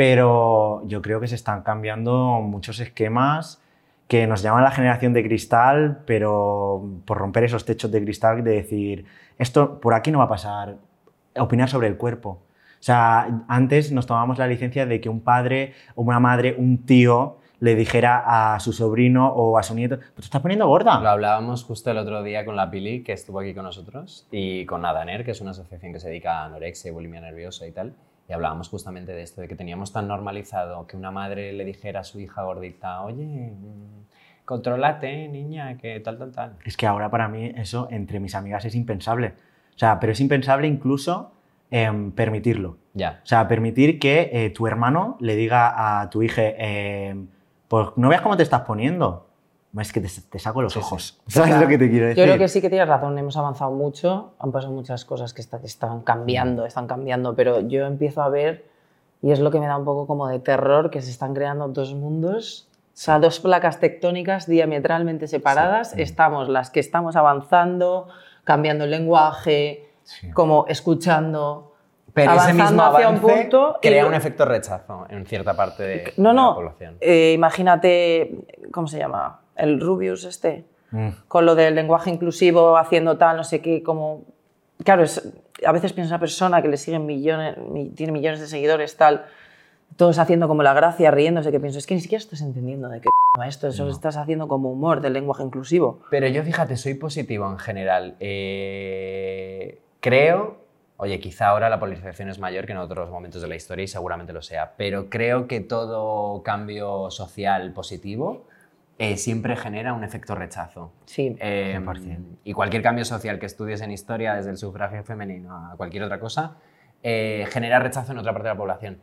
Pero yo creo que se están cambiando muchos esquemas que nos llaman la generación de cristal, pero por romper esos techos de cristal de decir, esto por aquí no va a pasar, opinar sobre el cuerpo. O sea, antes nos tomábamos la licencia de que un padre o una madre, un tío, le dijera a su sobrino o a su nieto, pues te estás poniendo gorda. Lo hablábamos justo el otro día con la Pili, que estuvo aquí con nosotros, y con Adaner, que es una asociación que se dedica a anorexia y bulimia nerviosa y tal, y hablábamos justamente de esto, de que teníamos tan normalizado que una madre le dijera a su hija gordita, oye, mm, contrólate, niña, que tal, tal, tal. Es que ahora para mí eso entre mis amigas es impensable. O sea, pero es impensable incluso em, permitirlo. Ya. O sea, permitir que eh, tu hermano le diga a tu hija, em, pues no veas cómo te estás poniendo. Es que te, te saco los Sí, ojos. sí. ¿Sabes lo que te quiero decir? Yo creo que sí que tienes razón, hemos avanzado mucho, han pasado muchas cosas que está- que están cambiando, están cambiando, pero yo empiezo a ver, y es lo que me da un poco como de terror, que se están creando dos mundos sea, dos placas tectónicas diametralmente separadas. Sí. Estamos las que estamos avanzando, cambiando el lenguaje, Sí. como escuchando, Pero ese avanzando mismo hacia avance un punto. y crea lo- un efecto rechazo en cierta parte de, No, de no. la población. Eh, imagínate, ¿cómo se llama? El Rubius este, Mm. con lo del lenguaje inclusivo, haciendo tal, no sé qué, como... Claro, es, a veces pienso una persona que le siguen millones, mi- tiene millones de seguidores, tal, todos haciendo como la gracia, riéndose, que pienso, es que ni siquiera estás entendiendo de qué va esto, eso No. lo estás haciendo como humor del lenguaje inclusivo. Pero yo, fíjate, soy positivo en general. Eh, creo, oye, quizá ahora la polarización es mayor que en otros momentos de la historia y seguramente lo sea, pero creo que todo cambio social positivo eh, siempre genera un efecto rechazo. Sí, Eh, cien por ciento. y cualquier cambio social que estudies en historia, desde el sufragio femenino a cualquier otra cosa, eh, genera rechazo en otra parte de la población.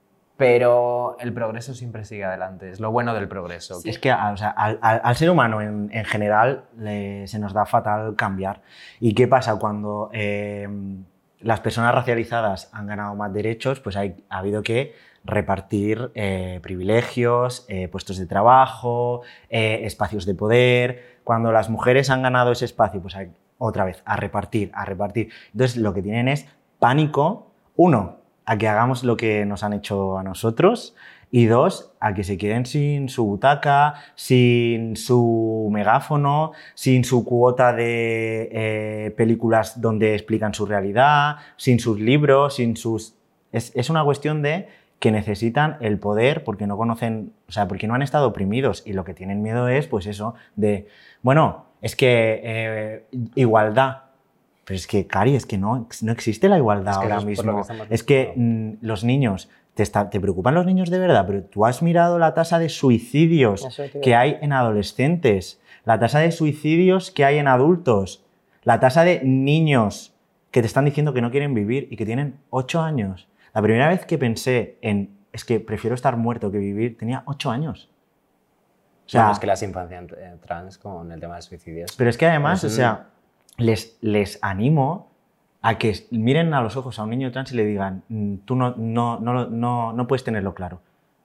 Pero el progreso siempre sigue adelante, es lo bueno del progreso. Sí. Es que a- o sea, al, al- al ser humano en, en general le- se nos da fatal cambiar. ¿Y qué pasa cuando eh, las personas racializadas han ganado más derechos? Pues hay, ha habido que repartir eh, privilegios, eh, puestos de trabajo, eh, espacios de poder. Cuando las mujeres han ganado ese espacio, pues hay otra vez a repartir, a repartir. Entonces lo que tienen es pánico, uno, a que hagamos lo que nos han hecho a nosotros, y dos, a que se queden sin su butaca, sin su megáfono, sin su cuota de eh, películas donde explican su realidad, sin sus libros, sin sus... Es, es una cuestión de que necesitan el poder porque no conocen, o sea, porque no han estado oprimidos, y lo que tienen miedo es, pues eso, de, bueno, es que eh, igualdad. Pero es que, Cari, es que no, no existe la igualdad Es que ahora eso es por lo mismo. que estamos Es que diciendo. mm, los niños, te, está- te preocupan los niños de verdad, pero tú has mirado la tasa de suicidios Eso te iba a que decir. hay en adolescentes, la tasa de suicidios que hay en adultos, la tasa de niños que te están diciendo que no quieren vivir y que tienen ocho años. La primera vez que pensé en, es que prefiero estar muerto que vivir, tenía ocho años. O sea, Bueno, es que las infancias eh, trans con el tema de suicidios. pero es que además, Pues, o sea, les, les animo a que miren a los ojos a un niño trans y le digan, "Mm, tú no, no, no, lo- no, no puedes tenerlo claro".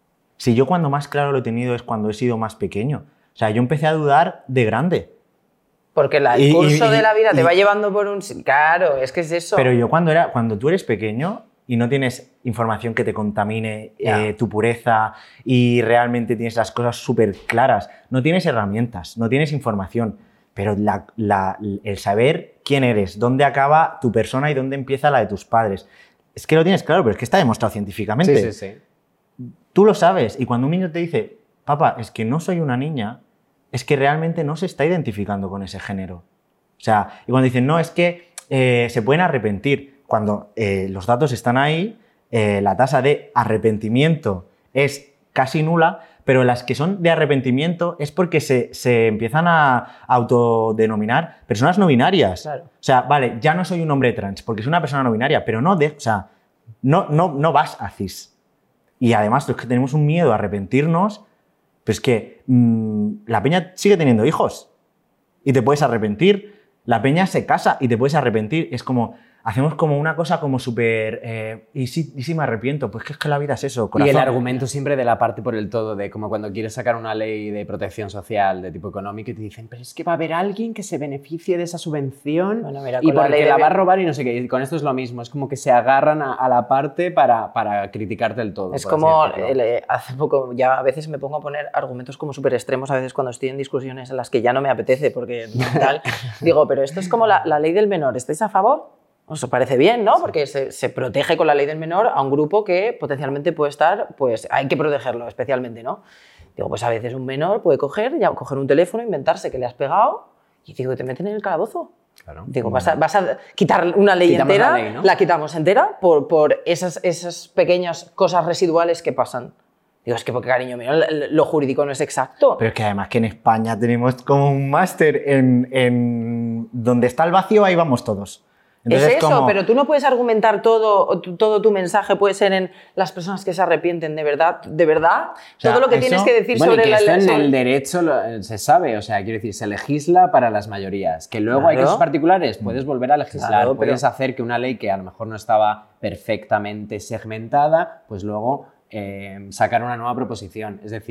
Si yo cuando más claro lo he tenido es cuando he sido más pequeño. O sea, yo empecé a dudar de grande. porque la- el Y- y- curso y- de la vida te y- va llevando por un... Claro, es que es eso. Pero yo cuando era, cuando tú eres pequeño y no tienes información que te contamine Ya. eh, tu pureza y realmente tienes las cosas súper claras, no tienes herramientas, no tienes información, pero la- la- el saber quién eres, dónde acaba tu persona y dónde empieza la de tus padres, es que lo tienes claro, pero es que está demostrado científicamente. Sí, sí, sí. Tú lo sabes, y cuando un niño te dice, papá, es que no soy una niña, es que realmente no se está identificando con ese género. O sea, y cuando dicen, no, es que eh, se pueden arrepentir, cuando eh, los datos están ahí, eh, la tasa de arrepentimiento es casi nula, pero las que son de arrepentimiento es porque se, se empiezan a autodenominar personas no binarias. Claro. O sea, vale, ya no soy un hombre trans, porque soy una persona no binaria, pero no, de, o sea, no, no, no vas a cis. Y además, los que tenemos un miedo a arrepentirnos, pues que mmm, la peña sigue teniendo hijos y te puedes arrepentir. La peña se casa y te puedes arrepentir. Es como, hacemos como una cosa como súper... Eh, ¿y, si, ¿Y si me arrepiento? Pues que es que la vida es eso, Y corazón. el argumento siempre de la parte por el todo, de como cuando quieres sacar una ley de protección social de tipo económico y te dicen, pero es que va a haber alguien que se beneficie de esa subvención Bueno, mira, y con la porque ley de la va a ben- robar y no sé qué. Y con esto es lo mismo, es como que se agarran a, a la parte para, para criticarte el todo. Es por así como, decirlo. el, eh, hace poco, ya a veces me pongo a poner argumentos como súper extremos, a veces cuando estoy en discusiones en las que ya no me apetece, porque tal, digo, pero esto es como la, la ley del menor, ¿estáis a favor? ¿Os parece bien, no? Porque se, se protege con la ley del menor a un grupo que potencialmente puede estar, pues hay que protegerlo especialmente, ¿no? Digo, pues a veces un menor puede coger, ya, coger un teléfono, inventarse que le has pegado y digo, te meten en el calabozo. Claro. Digo, vas a, vas a quitar una ley Quitamos entera, la la, ley, ¿no? quitamos entera por, por esas, esas pequeñas cosas residuales que pasan. Digo, es que, porque cariño mío, lo jurídico no es exacto. Pero es que además que en España tenemos como un máster en, en... Donde está el vacío, ahí vamos todos. Entonces, es eso, como- pero tú no puedes argumentar todo, o tu- todo tu mensaje puede ser en las personas que se arrepienten de verdad, de verdad. sea, todo lo que eso- tienes que decir Bueno, y sobre que la esto en sobre- el derecho lo- se sabe, o sea, quiero decir, se legisla para las mayorías. Que luego hay Claro. casos particulares, puedes volver a legislar, Claro, pero- puedes hacer que una ley que a lo mejor no estaba perfectamente segmentada, pues luego eh, sacar una nueva proposición. Es decir,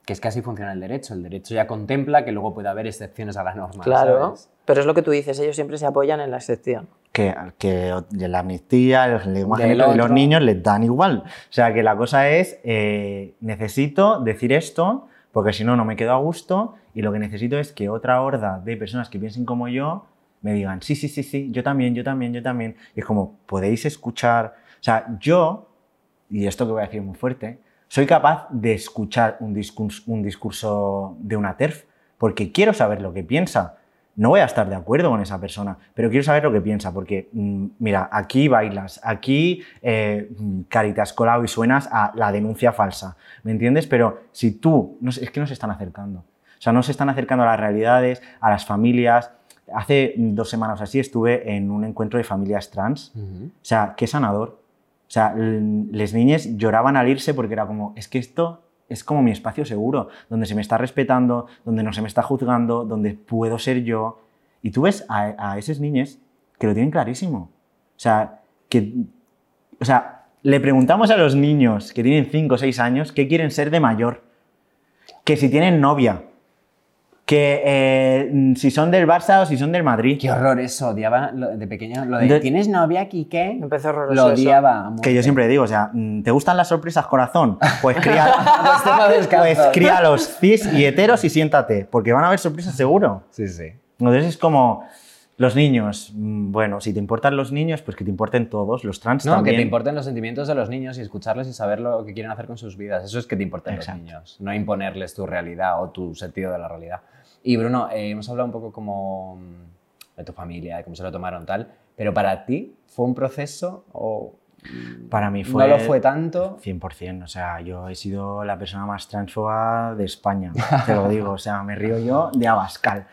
Que es que así funciona el derecho. El derecho ya contempla que luego puede haber excepciones a la norma. Claro, ¿sabes? pero es lo que tú dices, ellos siempre se apoyan en la excepción. Que, que la amnistía, el lenguaje Del de los otro. niños les dan igual. O sea, que la cosa es, eh, necesito decir esto, porque si no, no me quedo a gusto, y lo que necesito es que otra horda de personas que piensen como yo me digan, sí, sí, sí, sí, yo también, yo también, yo también. Y es como, podéis escuchar... O sea, yo, y esto que voy a decir es muy fuerte, soy capaz de escuchar un discurso, un discurso de una TERF, porque quiero saber lo que piensa. No voy a estar de acuerdo con esa persona, pero quiero saber lo que piensa, porque, mmm, mira, aquí bailas, aquí eh, Caritas colado y suenas a la denuncia falsa, ¿me entiendes? Pero si tú, no, es que no se están acercando, o sea, no se están acercando a las realidades, a las familias. Hace dos semanas así estuve en un encuentro de familias trans, uh-huh. O sea, qué sanador. O sea, las niñas lloraban al irse porque era como, es que esto es como mi espacio seguro, donde se me está respetando, donde no se me está juzgando, donde puedo ser yo. Y tú ves a, a esas niñas que lo tienen clarísimo. O sea, que, o sea, le preguntamos a los niños que tienen cinco o seis años qué quieren ser de mayor, que si tienen novia, que eh, si son del Barça o si son del Madrid. Qué horror eso, odiaba lo, de pequeño lo de, de ¿tienes novia, Quique? Empezó horroroso Lo odiaba. eso. Que yo siempre digo, o sea, ¿te gustan las sorpresas, corazón? Pues cría, pues cría a los cis y heteros y siéntate, porque van a haber sorpresas seguro. Sí, sí. Entonces es como, los niños, bueno, si te importan los niños, pues que te importen todos, los trans no, también. No, que te importen los sentimientos de los niños y escucharles y saber lo que quieren hacer con sus vidas. Eso es que te importen Exacto. los niños, no imponerles tu realidad o tu sentido de la realidad. Y Bruno, eh, hemos hablado un poco como de tu familia, de cómo se lo tomaron tal, pero para ti fue un proceso o para mí fue, no lo fue tanto. cien por cien, o sea, yo he sido la persona más transfoba de España, te lo digo, o sea, me río yo de Abascal.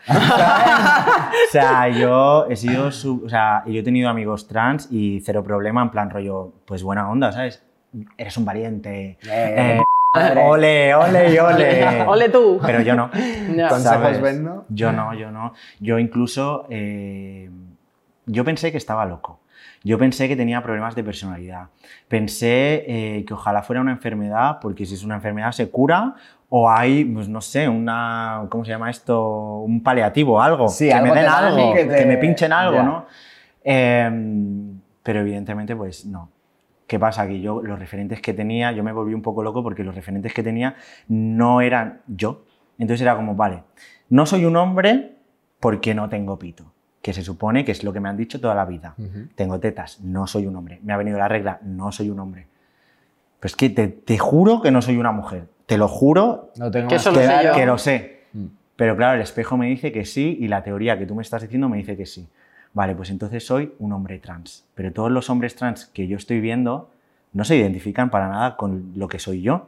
O sea, yo he sido, su, o sea, yo he tenido amigos trans y cero problema, en plan rollo, pues buena onda, ¿sabes? Eres un valiente. Eh, eh, Ole, ole y ole. Ole tú. Pero yo no. No. ¿Consejos vendo? Yo no, yo no. Yo incluso, eh, yo pensé que estaba loco. Yo pensé que tenía problemas de personalidad. Pensé eh, que ojalá fuera una enfermedad, porque si es una enfermedad se cura o hay, pues no sé, una, ¿cómo se llama esto? Un paliativo, algo. Sí, que algo me den algo, que, te... que me pinchen algo, ya. ¿no? Eh, pero evidentemente, pues no. ¿Qué pasa? Que yo, los referentes que tenía, yo me volví un poco loco porque los referentes que tenía no eran yo. Entonces era como, vale, no soy un hombre porque no tengo pito, que se supone que es lo que me han dicho toda la vida. Uh-huh. Tengo tetas, no soy un hombre. Me ha venido la regla, no soy un hombre. Pues que te, te juro que no soy una mujer. Te lo juro no tengo que, más eso lo sé yo. que lo sé. Mm. Pero claro, el espejo me dice que sí y la teoría que tú me estás diciendo me dice que sí. Vale, pues entonces soy un hombre trans. Pero todos los hombres trans que yo estoy viendo no se identifican para nada con lo que soy yo.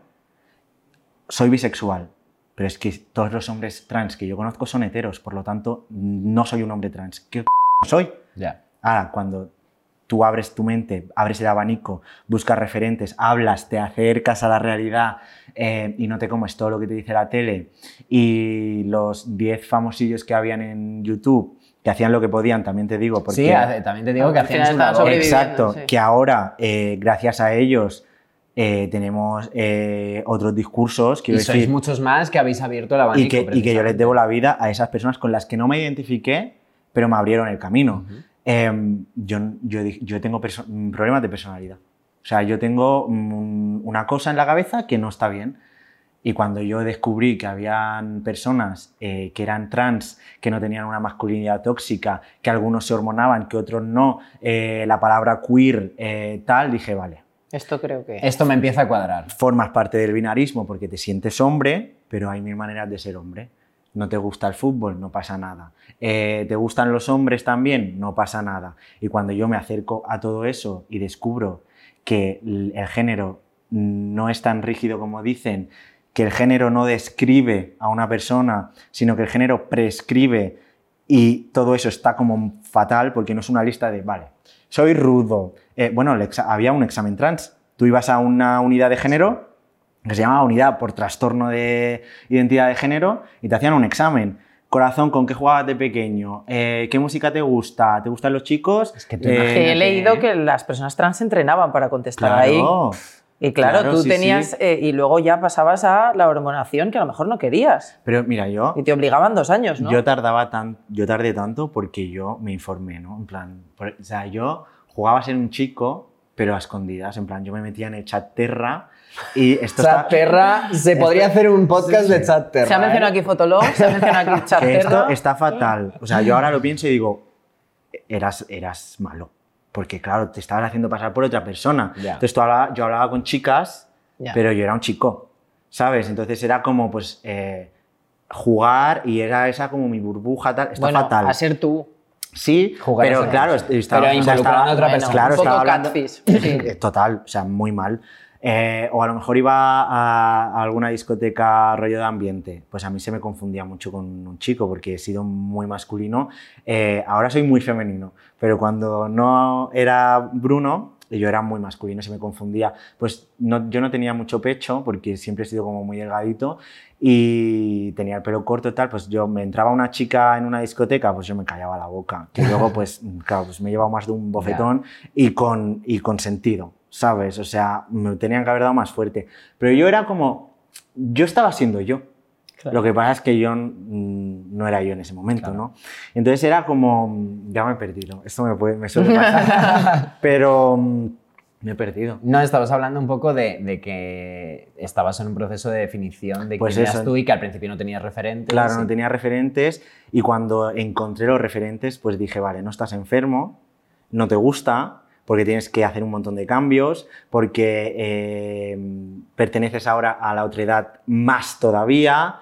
Soy bisexual, pero es que todos los hombres trans que yo conozco son heteros, por lo tanto, no soy un hombre trans. ¿Qué c*** soy? Ya. Ahora, cuando tú abres tu mente, abres el abanico, buscas referentes, hablas, te acercas a la realidad eh, y no te comes todo lo que te dice la tele y los diez famosillos que habían en YouTube que hacían lo que podían, también te digo. Porque, sí, también te digo que hacían su labor. Exacto, sí. que ahora, eh, gracias a ellos, eh, tenemos eh, otros discursos. Y sois decir, muchos más que habéis abierto el abanico. Y que, y que yo les debo la vida a esas personas con las que no me identifiqué, pero me abrieron el camino. Uh-huh. eh, yo, yo, yo tengo problemas de personalidad. O sea, yo tengo um, una cosa en la cabeza que no está bien. Y cuando yo descubrí que habían personas eh, que eran trans, que no tenían una masculinidad tóxica, que algunos se hormonaban, que otros no, eh, la palabra queer, eh, tal, dije, vale. Esto creo que... Esto me empieza a cuadrar. Formas parte del binarismo porque te sientes hombre, pero hay mil maneras de ser hombre. No te gusta el fútbol, no pasa nada. Eh, ¿Te gustan los hombres también? No pasa nada. Y cuando yo me acerco a todo eso y descubro que el género no es tan rígido como dicen, que el género no describe a una persona, sino que el género prescribe y todo eso está como fatal porque no es una lista de, vale, soy rudo. Eh, bueno, había un examen trans. Tú ibas a una unidad de género que se llamaba unidad por trastorno de identidad de género y te hacían un examen. Corazón, ¿con qué jugabas de pequeño? Eh, ¿Qué música te gusta? ¿Te gustan los chicos? Es que tú eh, he leído que las personas trans se entrenaban para contestar claro. ahí. Y claro, Claro, tú sí, tenías, sí. eh, y luego ya pasabas a la hormonación que a lo mejor no querías. Pero mira, yo, Y te obligaban dos años, ¿no? yo tardaba tan, yo tardé tanto porque yo me informé, ¿no? En plan, por- o sea, yo jugaba a ser un chico, pero a escondidas. En plan, yo me metía en el chat Terra y esto está- Chatterra, se podría hacer un podcast de Chatterra. Se ha mencionado ¿eh? aquí Fotolog, se ha mencionado aquí que Chatterra. esto está fatal. O sea, yo ahora lo pienso y digo, eras, eras malo. Porque claro, te estabas haciendo pasar por otra persona. Ya. Entonces tú hablaba- yo hablaba con chicas, Ya. pero yo era un chico, ¿sabes? Entonces era como, pues, eh, jugar y era esa como mi burbuja, tal. Está Bueno, fatal. a ser tú. Sí, Jugar a pero ser claro, tú, sí. estaba, Pero o sea, involucrando estaba- a otra Bueno, persona. Claro, un poco estaba hablando. catfish, sí. Total, o sea, muy mal. Eh, o a lo mejor iba a, a alguna discoteca rollo de ambiente. Pues a mí se me confundía mucho con un chico porque he sido muy masculino. Eh, ahora soy muy femenino, pero cuando no era Bruno, yo era muy masculino, se me confundía. Pues no, yo no tenía mucho pecho porque siempre he sido como muy delgadito y tenía el pelo corto y tal. Pues yo me entraba una chica en una discoteca, pues yo me callaba la boca. Que luego, pues, claro, pues me he llevado más de un bofetón y con, y con sentido, ¿sabes? O sea, me tenían que haber dado más fuerte. Pero yo era como, yo estaba siendo yo. Claro. Lo que pasa es que yo mm, no era yo en ese momento, Claro. ¿no? Entonces era como, mm, ya me he perdido. Esto me, puede, me suele pasar, pero mm, me he perdido. No, estabas hablando un poco de, de que estabas en un proceso de definición de Pues quién eras eso. tú y que al principio no tenías referentes. Claro, y- no tenía referentes y cuando encontré los referentes, pues dije, vale, no estás enfermo, no te gusta, porque tienes que hacer un montón de cambios, porque eh, perteneces ahora a la otredad más todavía,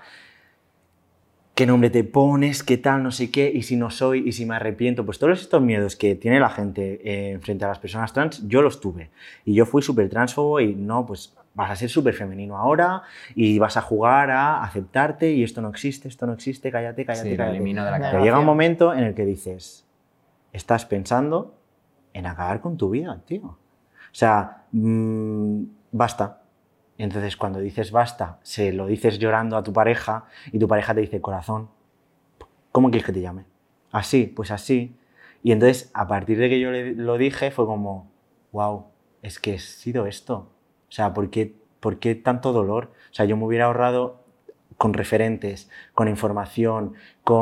qué nombre te pones, qué tal, no sé qué, y si no soy, y si me arrepiento, pues todos estos miedos que tiene la gente eh, frente a las personas trans, yo los tuve. Y yo fui súper transfobo y no, pues vas a ser súper femenino ahora y vas a jugar a aceptarte y esto no existe, esto no existe, cállate, cállate, Sí, lo cállate. elimino de la Pero Pero cabeza. llega un momento en el que dices, estás pensando en acabar con tu vida, tío. O sea, mmm, basta. Entonces, cuando dices basta, se lo dices llorando a tu pareja y tu pareja te dice, corazón, ¿cómo quieres que te llame? Así, pues así. Y entonces, a partir de que yo le, lo dije, fue como, wow, es que he sido esto. O sea, ¿por qué, ¿por qué tanto dolor? O sea, yo me hubiera ahorrado con referentes, con información,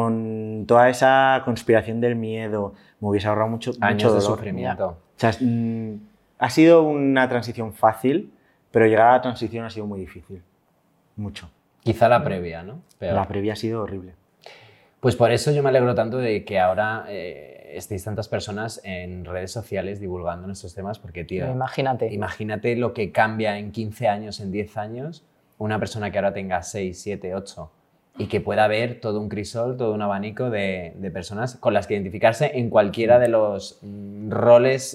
con toda esa conspiración del miedo, me hubiese ahorrado mucho, Años mucho de dolor. sufrimiento. O sea, es, mm, ha sido una transición fácil, pero llegar a la transición ha sido muy difícil. Mucho. Quizá la previa, ¿no? Peor. La previa ha sido horrible. Pues por eso yo me alegro tanto de que ahora eh, estéis tantas personas en redes sociales divulgando nuestros temas, porque, tío, Imagínate. imagínate lo que cambia en quince años, en diez años, una persona que ahora tenga seis, siete, ocho y que pueda ver todo un crisol, todo un abanico de, de personas con las que identificarse en cualquiera de los mm, roles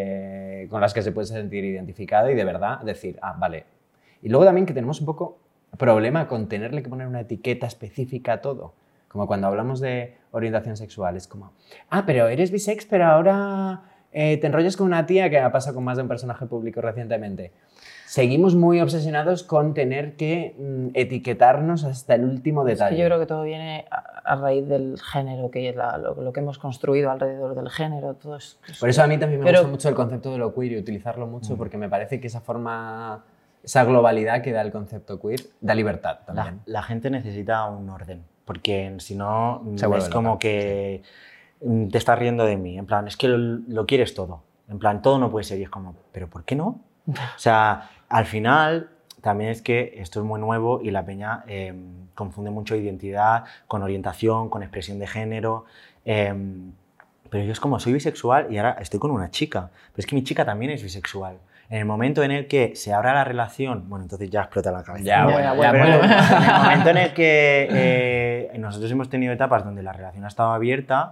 eh, con las que se puede sentir identificado y de verdad decir, ah, vale. Y luego también que tenemos un poco problema con tenerle que poner una etiqueta específica a todo. Como cuando hablamos de orientación sexual, es como, ah, pero eres bisex, pero ahora eh, te enrollas con una tía, que ha pasado con más de un personaje público recientemente. Seguimos muy obsesionados con tener que mm, etiquetarnos hasta el último Es detalle. que yo creo que todo viene a, a raíz del género, que es la- lo, lo que hemos construido alrededor del género. Todo es, es- Por eso a mí también me Pero- gusta mucho el concepto de lo queer y utilizarlo mucho, porque me parece que esa forma, esa globalidad que da el concepto queer da libertad La, también. la gente necesita un orden, porque si no Se vuelve es como loca, que mm, te estás riendo de mí. En plan, es que lo, lo quieres todo. En plan, todo no puede ser. Y es como, ¿pero por qué no? O sea, al final también es que esto es muy nuevo y la peña eh, confunde mucho identidad con orientación, con expresión de género. eh, pero yo es como, soy bisexual y ahora estoy con una chica. Pero es que mi chica también es bisexual. En el momento en el que se abra la relación, bueno, entonces ya explota la cabeza. Ya, Ya, bueno, bueno, ya, Pero bueno. en el momento en el que eh, nosotros hemos tenido etapas donde la relación ha estado abierta,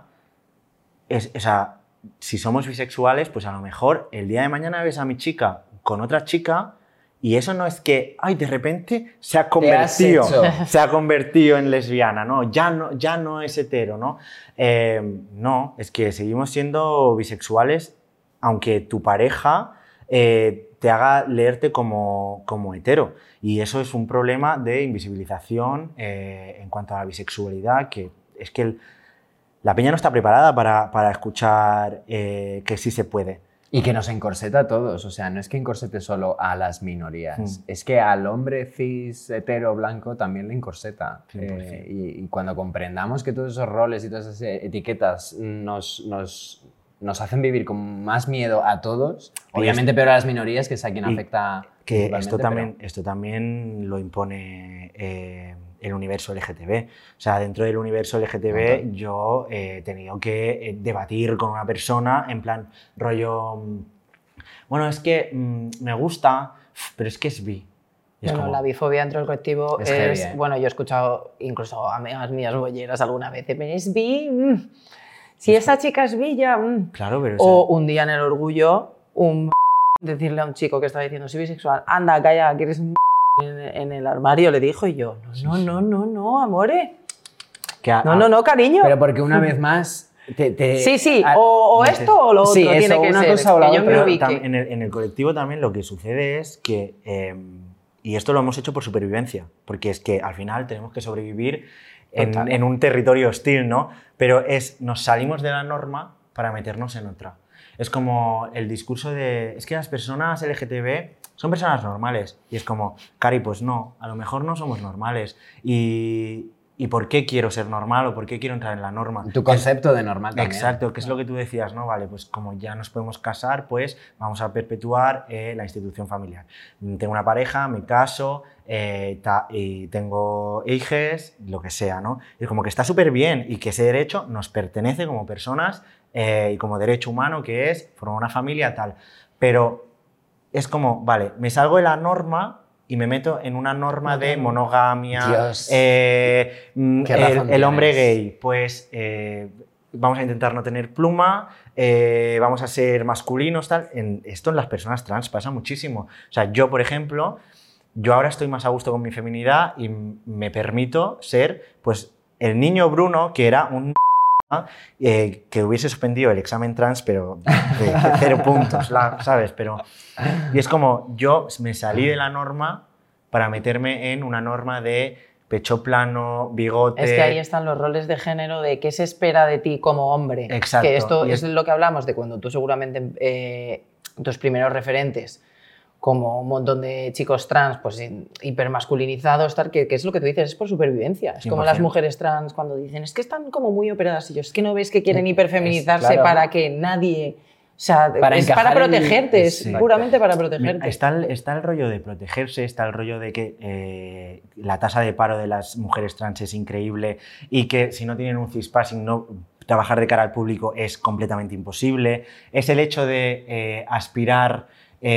es, o sea, si somos bisexuales, pues a lo mejor el día de mañana ves a mi chica con otra chica y eso no es que, ay, de repente se ha has convertido, hecho. se ha convertido en lesbiana, ¿no? Ya no, ya no es hetero, ¿no? Eh, no, es que seguimos siendo bisexuales aunque tu pareja eh, te haga leerte como, como hetero. Y eso es un problema de invisibilización eh, en cuanto a la bisexualidad, que es que el- la peña no está preparada para, para escuchar eh, que sí se puede. Y que nos encorseta a todos, o sea, no es que encorsete solo a las minorías, Mm. es que al hombre cis, hetero, blanco también le encorseta. cien por ciento. Eh, y, y cuando comprendamos que todos esos roles y todas esas etiquetas nos, nos, nos hacen vivir con más miedo a todos, Oye, obviamente peor a las minorías, que es a quien y afecta Que principalmente, esto también, pero- esto también lo impone eh, el universo L G T B. O sea, dentro del universo L G T B Total. yo eh, he tenido que eh, debatir con una persona en plan rollo, mm, bueno, es que mm, me gusta, pero es que es bi. Y es Bueno, como, la bifobia dentro del colectivo Es es, heavy, ¿eh? bueno, yo he escuchado incluso a amigas mías bolleras alguna vez, pero es bi, mm. si esa chica es bi ya, mm. claro, pero... O un día en el orgullo, un decirle a un chico que estaba diciendo soy bisexual, anda, calla, que eres un en, en el armario, le dijo, y yo, no, no, no, no, no, amore, que a- no, no, no, cariño. Pero porque una vez más... Te, te- Sí, sí, a- o, o no sé. esto o lo otro, Sí, tiene eso, que una ser, cosa o la que yo otra. me Pero ubique. tam- en, el, en el colectivo también lo que sucede es que, eh, y esto lo hemos hecho por supervivencia, porque es que al final tenemos que sobrevivir en, Total. en un territorio hostil, ¿no? Pero es, nos salimos de la norma para meternos en otra. Es como el discurso de, es que las personas L G T B son personas normales. Y es como, Cari, pues no, a lo mejor no somos normales. Y, ¿y por qué quiero ser normal o por qué quiero entrar en la norma? Tu concepto de normal también. Exacto, que es lo que tú decías, ¿no? Vale, pues como ya nos podemos casar, pues vamos a perpetuar eh, la institución familiar. Tengo una pareja, me caso, eh, ta- y tengo hijos, lo que sea, ¿no? Y como que está súper bien y que ese derecho nos pertenece como personas eh, y como derecho humano que es formar una familia, tal. Pero es como, vale, me salgo de la norma y me meto en una norma de monogamia, Dios. eh, mm, Qué el, razón el hombre tienes. gay, pues eh, vamos a intentar no tener pluma, eh, vamos a ser masculinos, tal. En, esto en las personas trans pasa muchísimo. O sea, yo, por ejemplo, yo ahora estoy más a gusto con mi feminidad y m- me permito ser, pues, el niño Bruno, que era un eh, que hubiese suspendido el examen trans, pero de, de cero puntos, la- ¿sabes? Pero, y es como, yo me salí de la norma para meterme en una norma de pecho plano, bigote... Es que ahí están los roles de género de qué se espera de ti como hombre. Exacto. Que esto Y es es- lo que hablamos de cuando tú seguramente eh, tus primeros referentes, como un montón de chicos trans, pues in- hipermasculinizados, tal, que, que es lo que tú dices, es por supervivencia. Es como cien por las ciento. mujeres trans cuando dicen, es que están como muy operadas y yo, es que no ves que quieren Es- hiperfeminizarse claro. para que nadie... O sea, Para es para encajar en- protegerte, es Sí. puramente para protegerte. Está el, está el rollo de protegerse, está el rollo de que eh, la tasa de paro de las mujeres trans es increíble y que si no tienen un cispassing, no, trabajar de cara al público es completamente imposible. Es el hecho de eh, aspirar,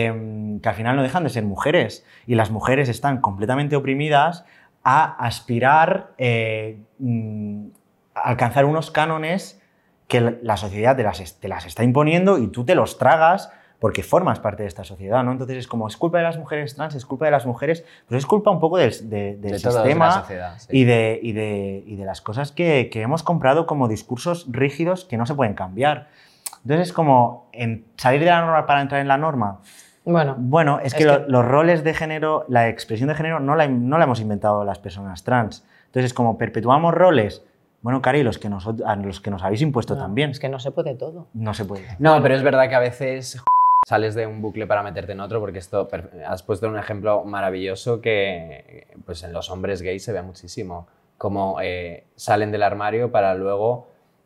eh, que al final no dejan de ser mujeres y las mujeres están completamente oprimidas a aspirar eh, mm, a alcanzar unos cánones que la sociedad te las, te las está imponiendo y tú te los tragas porque formas parte de esta sociedad, ¿no? Entonces es como, es culpa de las mujeres trans, es culpa de las mujeres, pues es culpa un poco del, de- del De todos, de sistema la sociedad, sí. y, de, y, de, y de las cosas que, que hemos comprado como discursos rígidos que no se pueden cambiar. Entonces es como, en salir de la norma para entrar en la norma. Bueno, Bueno, es, Es que, lo- que- los roles de género, la expresión de género no la, no la hemos inventado las personas trans. Entonces es como, perpetuamos roles. Bueno, Cari, los que nos, a los que nos habéis impuesto no, también. es que no se puede todo. No se puede. No, pero es verdad que a veces sales de un bucle para meterte en otro, porque esto per- has puesto un ejemplo maravilloso que pues en los hombres gays se ve muchísimo, como eh, salen del armario para luego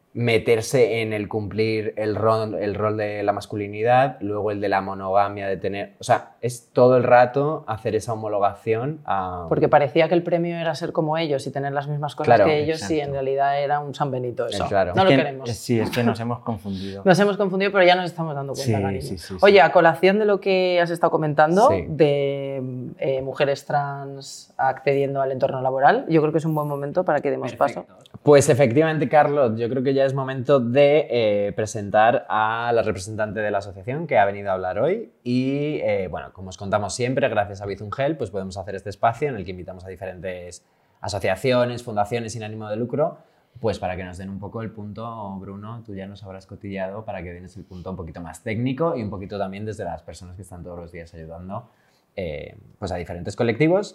meterse en el cumplir el rol, el rol de la masculinidad, luego el de la monogamia, de tener... O sea, es todo el rato hacer esa homologación a... Porque parecía que el premio era ser como ellos y tener las mismas cosas Claro, que ellos, y exacto. en realidad era un San Benito eso. Eh, claro. No Es lo que- queremos. eh, Sí, es que nos hemos confundido. Nos hemos confundido, pero ya nos estamos dando cuenta, Sí, cariño. sí, sí, sí. Oye, a colación de lo que has estado comentando, Sí. de eh, mujeres trans accediendo al entorno laboral, yo creo que es un buen momento para que demos paso. Pues efectivamente, Carlos, yo creo que ya es momento de eh, presentar a la representante de la asociación que ha venido a hablar hoy y, eh, bueno, como os contamos siempre, gracias a Bizungel, pues podemos hacer este espacio en el que invitamos a diferentes asociaciones, fundaciones sin ánimo de lucro, pues para que nos den un poco el punto, Bruno, tú ya nos habrás cotillado para que den el punto un poquito más técnico y un poquito también desde las personas que están todos los días ayudando eh, pues a diferentes colectivos.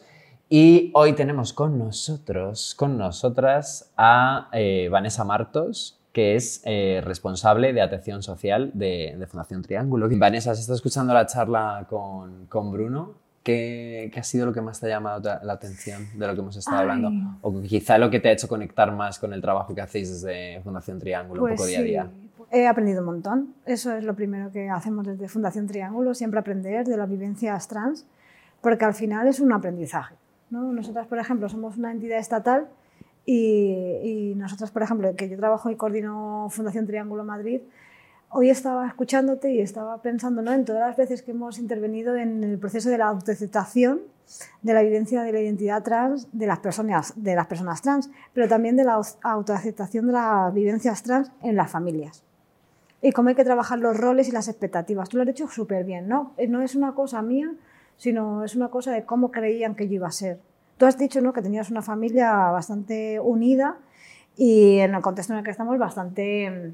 Y hoy tenemos con nosotros, con nosotras, a eh, Vanessa Martos, que es eh, responsable de atención social de, de Fundación Triángulo. Vanessa, has estado escuchando la charla con, con Bruno. ¿Qué, ¿Qué ha sido lo que más te ha llamado la atención de lo que hemos estado Ay. hablando? O quizá lo que te ha hecho conectar más con el trabajo que hacéis desde Fundación Triángulo, pues un poco día a día. Sí. He aprendido un montón. Eso es lo primero que hacemos desde Fundación Triángulo, siempre aprender de las vivencias trans, porque al final es un aprendizaje, ¿no? Nosotras, por ejemplo, somos una entidad estatal y, y nosotras, por ejemplo, que yo trabajo y coordino Fundación Triángulo Madrid, hoy estaba escuchándote y estaba pensando, ¿no?, en todas las veces que hemos intervenido en el proceso de la autoaceptación de la vivencia de la identidad trans de las personas, de las personas trans, pero también de la autoaceptación de las vivencias trans en las familias. Y cómo hay que trabajar los roles y las expectativas. Tú lo has dicho súper bien, ¿no? No es una cosa mía, sino es una cosa de cómo creían que yo iba a ser. Tú has dicho, ¿no?, que tenías una familia bastante unida y en el contexto en el que estamos bastante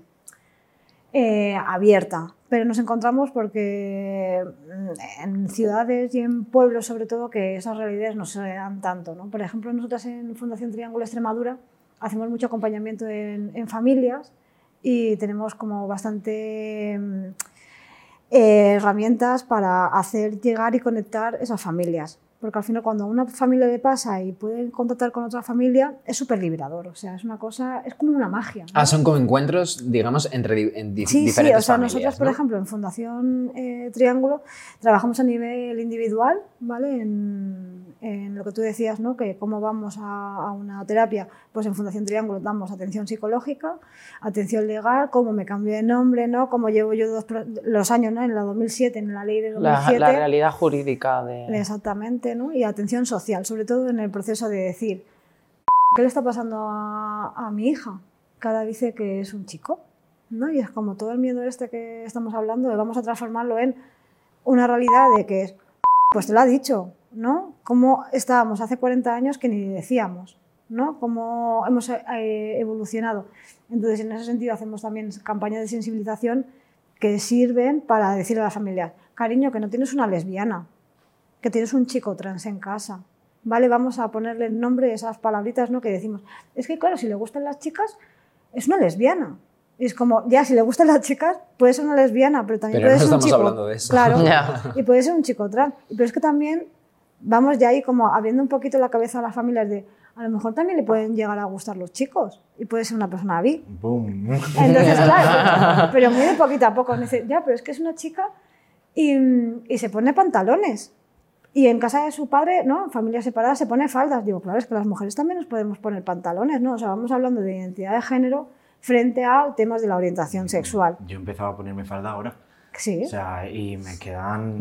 eh, abierta, pero nos encontramos porque en ciudades y en pueblos sobre todo que esas realidades no se dan tanto, ¿no? Por ejemplo, nosotras en Fundación Triángulo Extremadura hacemos mucho acompañamiento en, en familias y tenemos como bastante eh, herramientas para hacer llegar y conectar esas familias. Porque al final cuando a una familia le pasa y puede contactar con otra familia, es súper liberador. O sea, es una cosa, es como una magia, ¿no? Ah, son como encuentros, digamos, entre en di sí, diferentes familias. Sí, o sea, familias, nosotros, por ¿no? ejemplo, en Fundación eh, Triángulo trabajamos a nivel individual, ¿vale? En, en lo que tú decías, ¿no?, que cómo vamos a, a una terapia, pues en Fundación Triángulo damos atención psicológica, atención legal, cómo me cambié de nombre, ¿no?, cómo llevo yo dos, los años, ¿no?, en la dos mil siete, en la ley de dos mil siete. La, la realidad jurídica de... Exactamente, ¿no? Y atención social, sobre todo en el proceso de decir, ¿qué le está pasando a, a mi hija? Que ahora dice que es un chico, ¿no? Y es como todo el miedo este que estamos hablando, de vamos a transformarlo en una realidad de que es, pues te lo ha dicho, ¿no? Cómo estábamos hace cuarenta años que ni decíamos, ¿no? Cómo hemos eh, evolucionado. Entonces, en ese sentido, hacemos también campañas de sensibilización que sirven para decirle a las familias, cariño, que no tienes una lesbiana, que tienes un chico trans en casa, ¿vale? Vamos a ponerle el nombre de esas palabritas, ¿no?, que decimos. Es que, claro, si le gustan las chicas, es una lesbiana. Y es como, ya, si le gustan las chicas, puede ser una lesbiana, pero también pero puede no ser un chico. Pero no estamos hablando de eso. Claro, Yeah. y puede ser un chico trans. Pero es que también vamos ya ahí como abriendo un poquito la cabeza a las familias de, a lo mejor también le pueden llegar a gustar los chicos y puede ser una persona bi. Boom. Entonces, claro, pero muy de poquito a poco. Dice, ya, pero es que es una chica y, y se pone pantalones. Y en casa de su padre, ¿no?, en familias separadas, se pone faldas. Digo, claro, es que las mujeres también nos podemos poner pantalones, ¿no? O sea, vamos hablando de identidad de género frente a temas de la orientación sexual. Yo empezaba a ponerme falda ahora. Sí. O sea, y me quedan...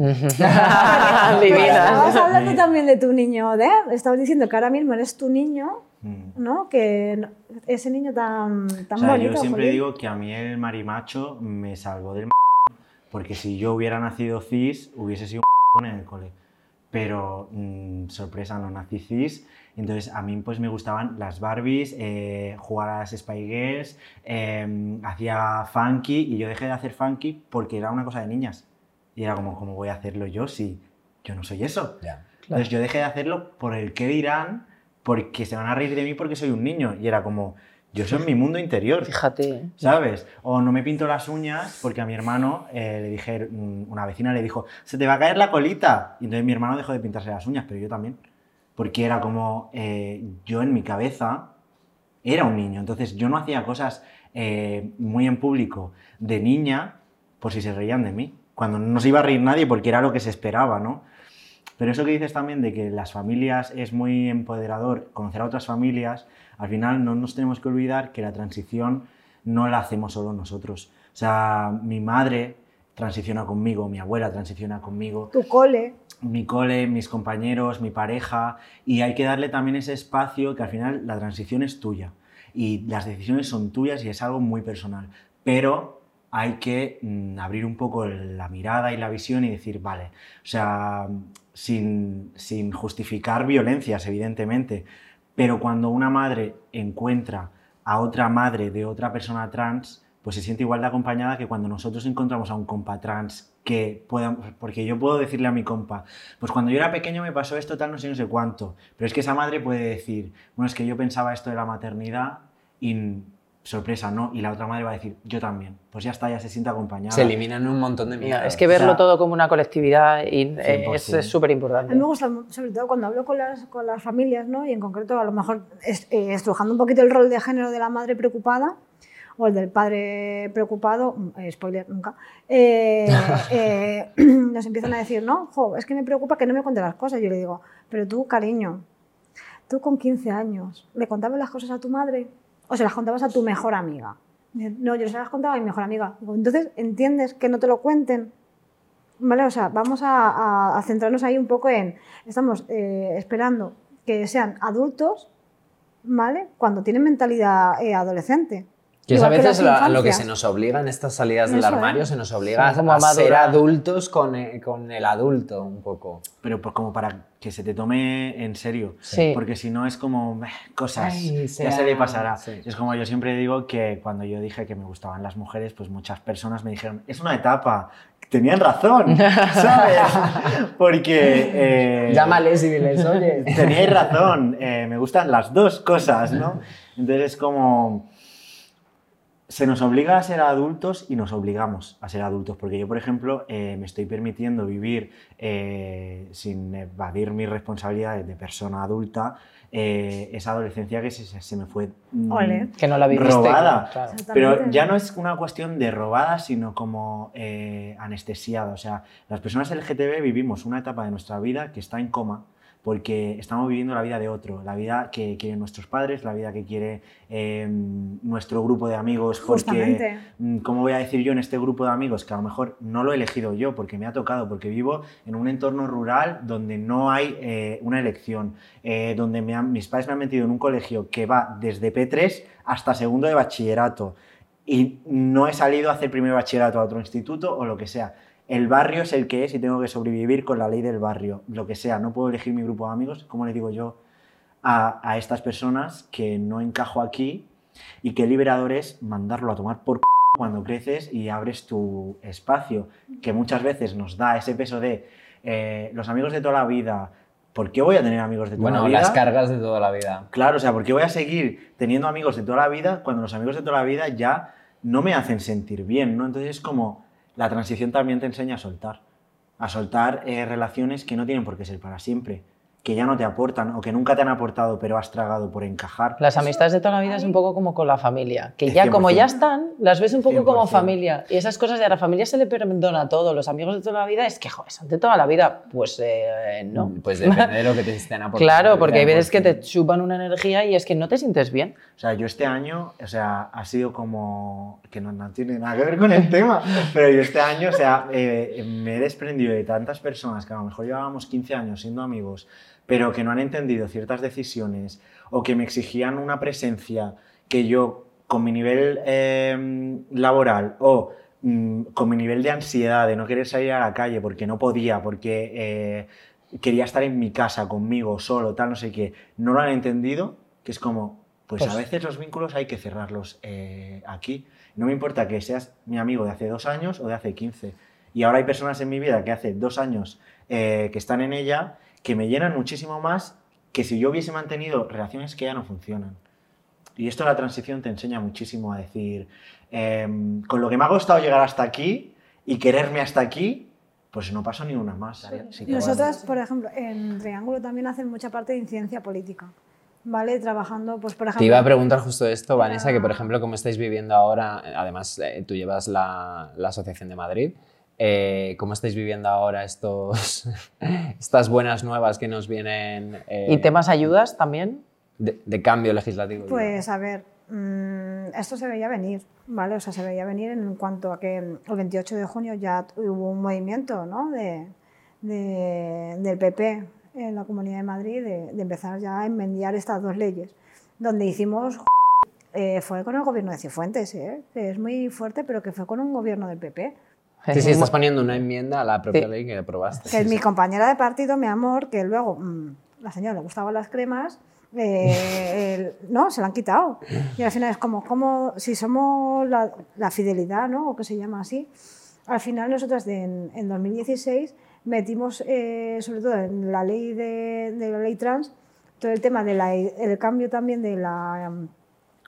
Estabas hablando también de tu niño, ¿eh? Estabas diciendo que ahora mismo eres tu niño, ¿no? Que ese niño tan, tan o sea, bonito. Yo siempre jolín. digo que a mí el marimacho me salvó del porque si yo hubiera nacido cis, hubiese sido un en el cole. Pero, mmm, sorpresa, no nací cis. Entonces, a mí pues, me gustaban las Barbies, eh, jugar a las Spy Girls, eh, hacía funky y yo dejé de hacer funky porque era una cosa de niñas. Y era como, ¿cómo voy a hacerlo yo si yo no soy eso? Yeah. Entonces, yo dejé de hacerlo por el qué dirán, porque se van a reír de mí porque soy un niño. Y era como, yo soy en mi mundo interior. Fíjate, ¿eh? ¿Sabes? O no me pinto las uñas porque a mi hermano eh, le dije, una vecina le dijo, se te va a caer la colita. Y entonces mi hermano dejó de pintarse las uñas, pero yo también. Porque era como, eh, yo en mi cabeza era un niño. Entonces yo no hacía cosas eh, muy en público de niña por si se reían de mí. Cuando no se iba a reír nadie porque era lo que se esperaba, ¿no? Pero eso que dices también de que las familias es muy empoderador, conocer a otras familias, al final no nos tenemos que olvidar que la transición no la hacemos solo nosotros. O sea, mi madre transiciona conmigo, mi abuela transiciona conmigo. Tu cole. Mi cole, mis compañeros, mi pareja, y hay que darle también ese espacio que al final la transición es tuya y las decisiones son tuyas y es algo muy personal, pero hay que mm, abrir un poco la mirada y la visión y decir, vale, o sea, sin, sin justificar violencias, evidentemente, pero cuando una madre encuentra a otra madre de otra persona trans, pues se siente igual de acompañada que cuando nosotros encontramos a un compa trans que pueda, porque yo puedo decirle a mi compa, pues cuando yo era pequeño me pasó esto, tal, no sé, no sé cuánto, pero es que esa madre puede decir, bueno, es que yo pensaba esto de la maternidad y sorpresa, no, y la otra madre va a decir, yo también. Pues ya está, ya se siente acompañada. Se eliminan un montón de miedos. Es que verlo O sea, todo como una colectividad y eh, es cien por cien. súper A importante. mí me gusta, sobre todo cuando hablo con las, con las familias, ¿no? Y en concreto, a lo mejor es- eh, estrujando un poquito el rol de género de la madre preocupada o el del padre preocupado, eh, spoiler nunca, eh, eh, nos empiezan a decir, no, jo, es que me preocupa que no me cuente las cosas. Yo le digo, pero tú, cariño, tú con quince años, ¿le contabas las cosas a tu madre o se las contabas a tu mejor amiga? No, yo se las contaba a mi mejor amiga. Digo, entonces, ¿entiendes que no te lo cuenten? ¿Vale? O sea, vamos a, a- a centrarnos ahí un poco en, estamos eh, esperando que sean adultos, ¿vale? Cuando tienen mentalidad eh, adolescente. Que es a Igual veces las la- a lo que infancias. se nos obliga en estas salidas del Eso, ¿eh? armario, se nos obliga Sí, como a, a a ser madurar. adultos con, eh, con el adulto un poco. Pero por- como para que se te tome en serio. Sí. Porque si no es como "Meh, cosas, Ay, ya sea- se le pasará". sí. Es como yo siempre digo que cuando yo dije que me gustaban las mujeres, pues muchas personas me dijeron, es una etapa. Tenían razón, ¿sabes? Porque... eh, Llámales y diles, oye. Teníais razón, eh, me gustan las dos cosas, ¿no? Entonces es como... Se nos obliga a ser adultos y nos obligamos a ser adultos, porque yo, por ejemplo, eh, me estoy permitiendo vivir eh, sin evadir mis responsabilidades de persona adulta, eh, esa adolescencia que se, se me fue mm, Ole. Que no la viviste. robada. Claro. Pero Exactamente. ya no es una cuestión de robada, sino como eh, anestesiada. O sea, las personas L G T B vivimos una etapa de nuestra vida que está en coma porque estamos viviendo la vida de otro, la vida que quieren nuestros padres, la vida que quiere eh, nuestro grupo de amigos. Porque, Justamente. mm, ¿cómo voy a decir yo en este grupo de amigos que a lo mejor no lo he elegido yo porque me ha tocado, porque vivo en un entorno rural donde no hay eh, una elección, eh, donde me han- mis padres me han metido en un colegio que va desde P tres hasta segundo de bachillerato y no he salido a hacer primero bachillerato a otro instituto o lo que sea. El barrio es el que es y tengo que sobrevivir con la ley del barrio, lo que sea. No puedo elegir mi grupo de amigos. ¿Cómo le digo yo a, a estas personas que no encajo aquí y qué liberador es mandarlo a tomar por c cuando creces y abres tu espacio? Que muchas veces nos da ese peso de eh, los amigos de toda la vida. ¿Por qué voy a tener amigos de toda Bueno, la vida? las cargas de toda la vida. Claro, o sea, ¿por qué voy a seguir teniendo amigos de toda la vida cuando los amigos de toda la vida ya no me hacen sentir bien, ¿no? Entonces es como la transición también te enseña a soltar, a soltar eh, relaciones que no tienen por qué ser para siempre, que ya no te aportan o que nunca te han aportado pero has tragado por encajar. Las amistades de toda la vida es un poco como con la familia, que Es ya como ya cien por cien. están, las ves un poco como cien por cien. familia. Y esas cosas de a la familia se le perdona todo. Los amigos de toda la vida es que, joder, son de toda la vida. Pues eh, no. Pues depende de lo que te estén aportando. Claro, porque hay veces que cien por te cien. chupan una energía y es que no te sientes bien. O sea, yo este año, o sea, ha sido como... que no, no tiene nada que ver con el tema, pero yo este año, o sea, eh, me he desprendido de tantas personas que a lo mejor llevábamos quince años siendo amigos, pero que no han entendido ciertas decisiones o que me exigían una presencia que yo, con mi nivel eh, laboral o mm, con mi nivel de ansiedad de no querer salir a la calle porque no podía, porque eh, quería estar en mi casa conmigo, solo, tal, no sé qué, no lo han entendido, que es como, pues, Pues- a veces los vínculos hay que cerrarlos eh, aquí. No me importa que seas mi amigo de hace dos años o de hace quince. Y ahora hay personas en mi vida que hace dos años eh, que están en ella que me llenan muchísimo más que si yo hubiese mantenido relaciones que ya no funcionan. Y esto la transición te enseña muchísimo a decir, em, con lo que me ha costado llegar hasta aquí y quererme hasta aquí, pues no paso ni una más. Sí que Nosotras, por ejemplo, en Triángulo también hacen mucha parte de incidencia política, ¿vale? Trabajando, pues, por ejemplo... Te iba a preguntar justo esto, Vanessa, que por ejemplo, cómo estáis viviendo ahora, además eh, tú llevas la, la Asociación de Madrid, eh, ¿cómo estáis viviendo ahora estos, estas buenas nuevas que nos vienen? eh, ¿Y temas ayudas también? de, de cambio legislativo? Pues a ver, mmm, esto se veía venir, ¿vale? O sea, se veía venir en cuanto a que el veintiocho de junio ya hubo un movimiento, ¿no? de, de, del P P en la Comunidad de Madrid de, de empezar ya a enmendar estas dos leyes, donde hicimos, eh, fue con el gobierno de Cifuentes, ¿eh? Que es muy fuerte, pero que fue con un gobierno del P P. Sí, sí, estás poniendo una enmienda a la propia Sí. ley que aprobaste. Que es mi compañera de partido, mi amor, que luego mmm, la señora le gustaban las cremas, eh, el- no, se la han quitado. Y al final es como, como si somos la, la fidelidad, ¿no? O que se llama así. Al final nosotras de, en, en dos mil dieciséis metimos, eh, sobre todo en la ley de, de la ley trans, todo el tema del cambio también de la um,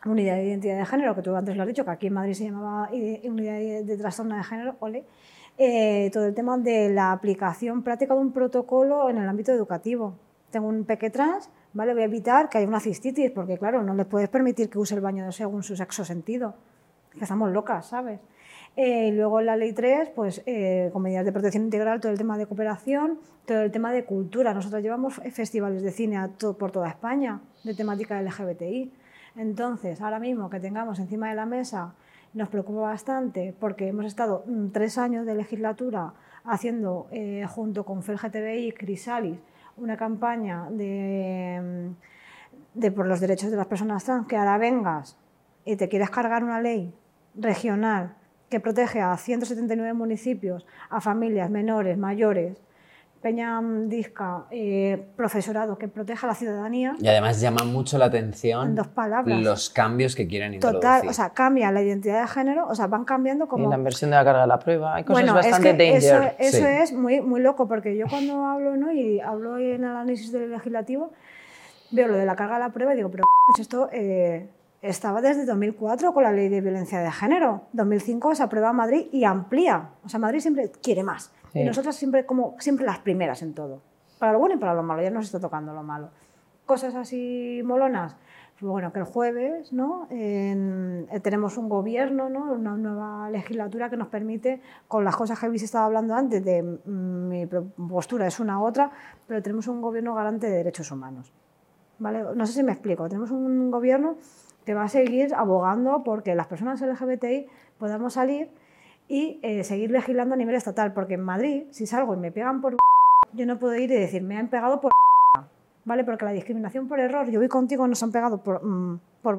unidad de identidad de género, que tú antes lo has dicho, que aquí en Madrid se llamaba unidad de, de trastorno de género, ole, eh, todo el tema de la aplicación práctica de un protocolo en el ámbito educativo. Tengo un peque trans, ¿vale? Voy a evitar que haya una cistitis, porque claro, no le puedes permitir que use el baño según su sexo sentido, que estamos locas, ¿sabes? Eh, y luego en la ley tres, pues eh, con medidas de protección integral, todo el tema de cooperación, todo el tema de cultura. Nosotros llevamos festivales de cine a to por toda España de temática L G B T I. Entonces, ahora mismo que tengamos encima de la mesa, nos preocupa bastante porque hemos estado mm, tres años de legislatura haciendo, eh, junto con F E L G T B I y Crisalis, una campaña de, de por los derechos de las personas trans, que ahora vengas y te quieres cargar una ley regional que protege a ciento setenta y nueve municipios, a familias menores, mayores, peña disca, eh, profesorado, que proteja a la ciudadanía. Y además llama mucho la atención en dos palabras. Los cambios que quieren introducir. Total, o sea, cambia la identidad de género, o sea, van cambiando como... Y la inversión de la carga de la prueba, hay cosas bueno, bastante es que danger. Eso, eso Sí. es muy, muy loco, porque yo cuando hablo, ¿no? y hablo en el análisis del legislativo, veo lo de la carga de la prueba y digo, pero esto eh, estaba desde dos mil cuatro con la ley de violencia de género. dos mil cinco se aprueba en Madrid y amplía. O sea, Madrid siempre quiere más. Sí. Y nosotras siempre, como, siempre las primeras en todo. Para lo bueno y para lo malo, ya nos está tocando lo malo. Cosas así molonas. Pues bueno, que el jueves, ¿no? en, eh, tenemos un gobierno, ¿no? Una nueva legislatura que nos permite, con las cosas que habéis estado hablando antes, de mm, mi postura es una u otra, pero tenemos un gobierno garante de derechos humanos. ¿Vale? No sé si me explico. Tenemos un gobierno que va a seguir abogando porque las personas L G B T I podamos salir y eh, seguir legislando a nivel estatal, porque en Madrid, si salgo y me pegan por yo no puedo ir y decir, me han pegado por ¿vale? Porque la discriminación por error, yo voy contigo, nos han pegado por, mm, por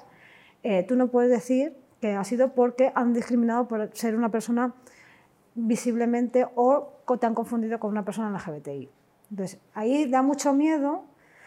eh, tú no puedes decir que ha sido porque han discriminado por ser una persona visiblemente o te han confundido con una persona L G B T I. Entonces, ahí da mucho miedo,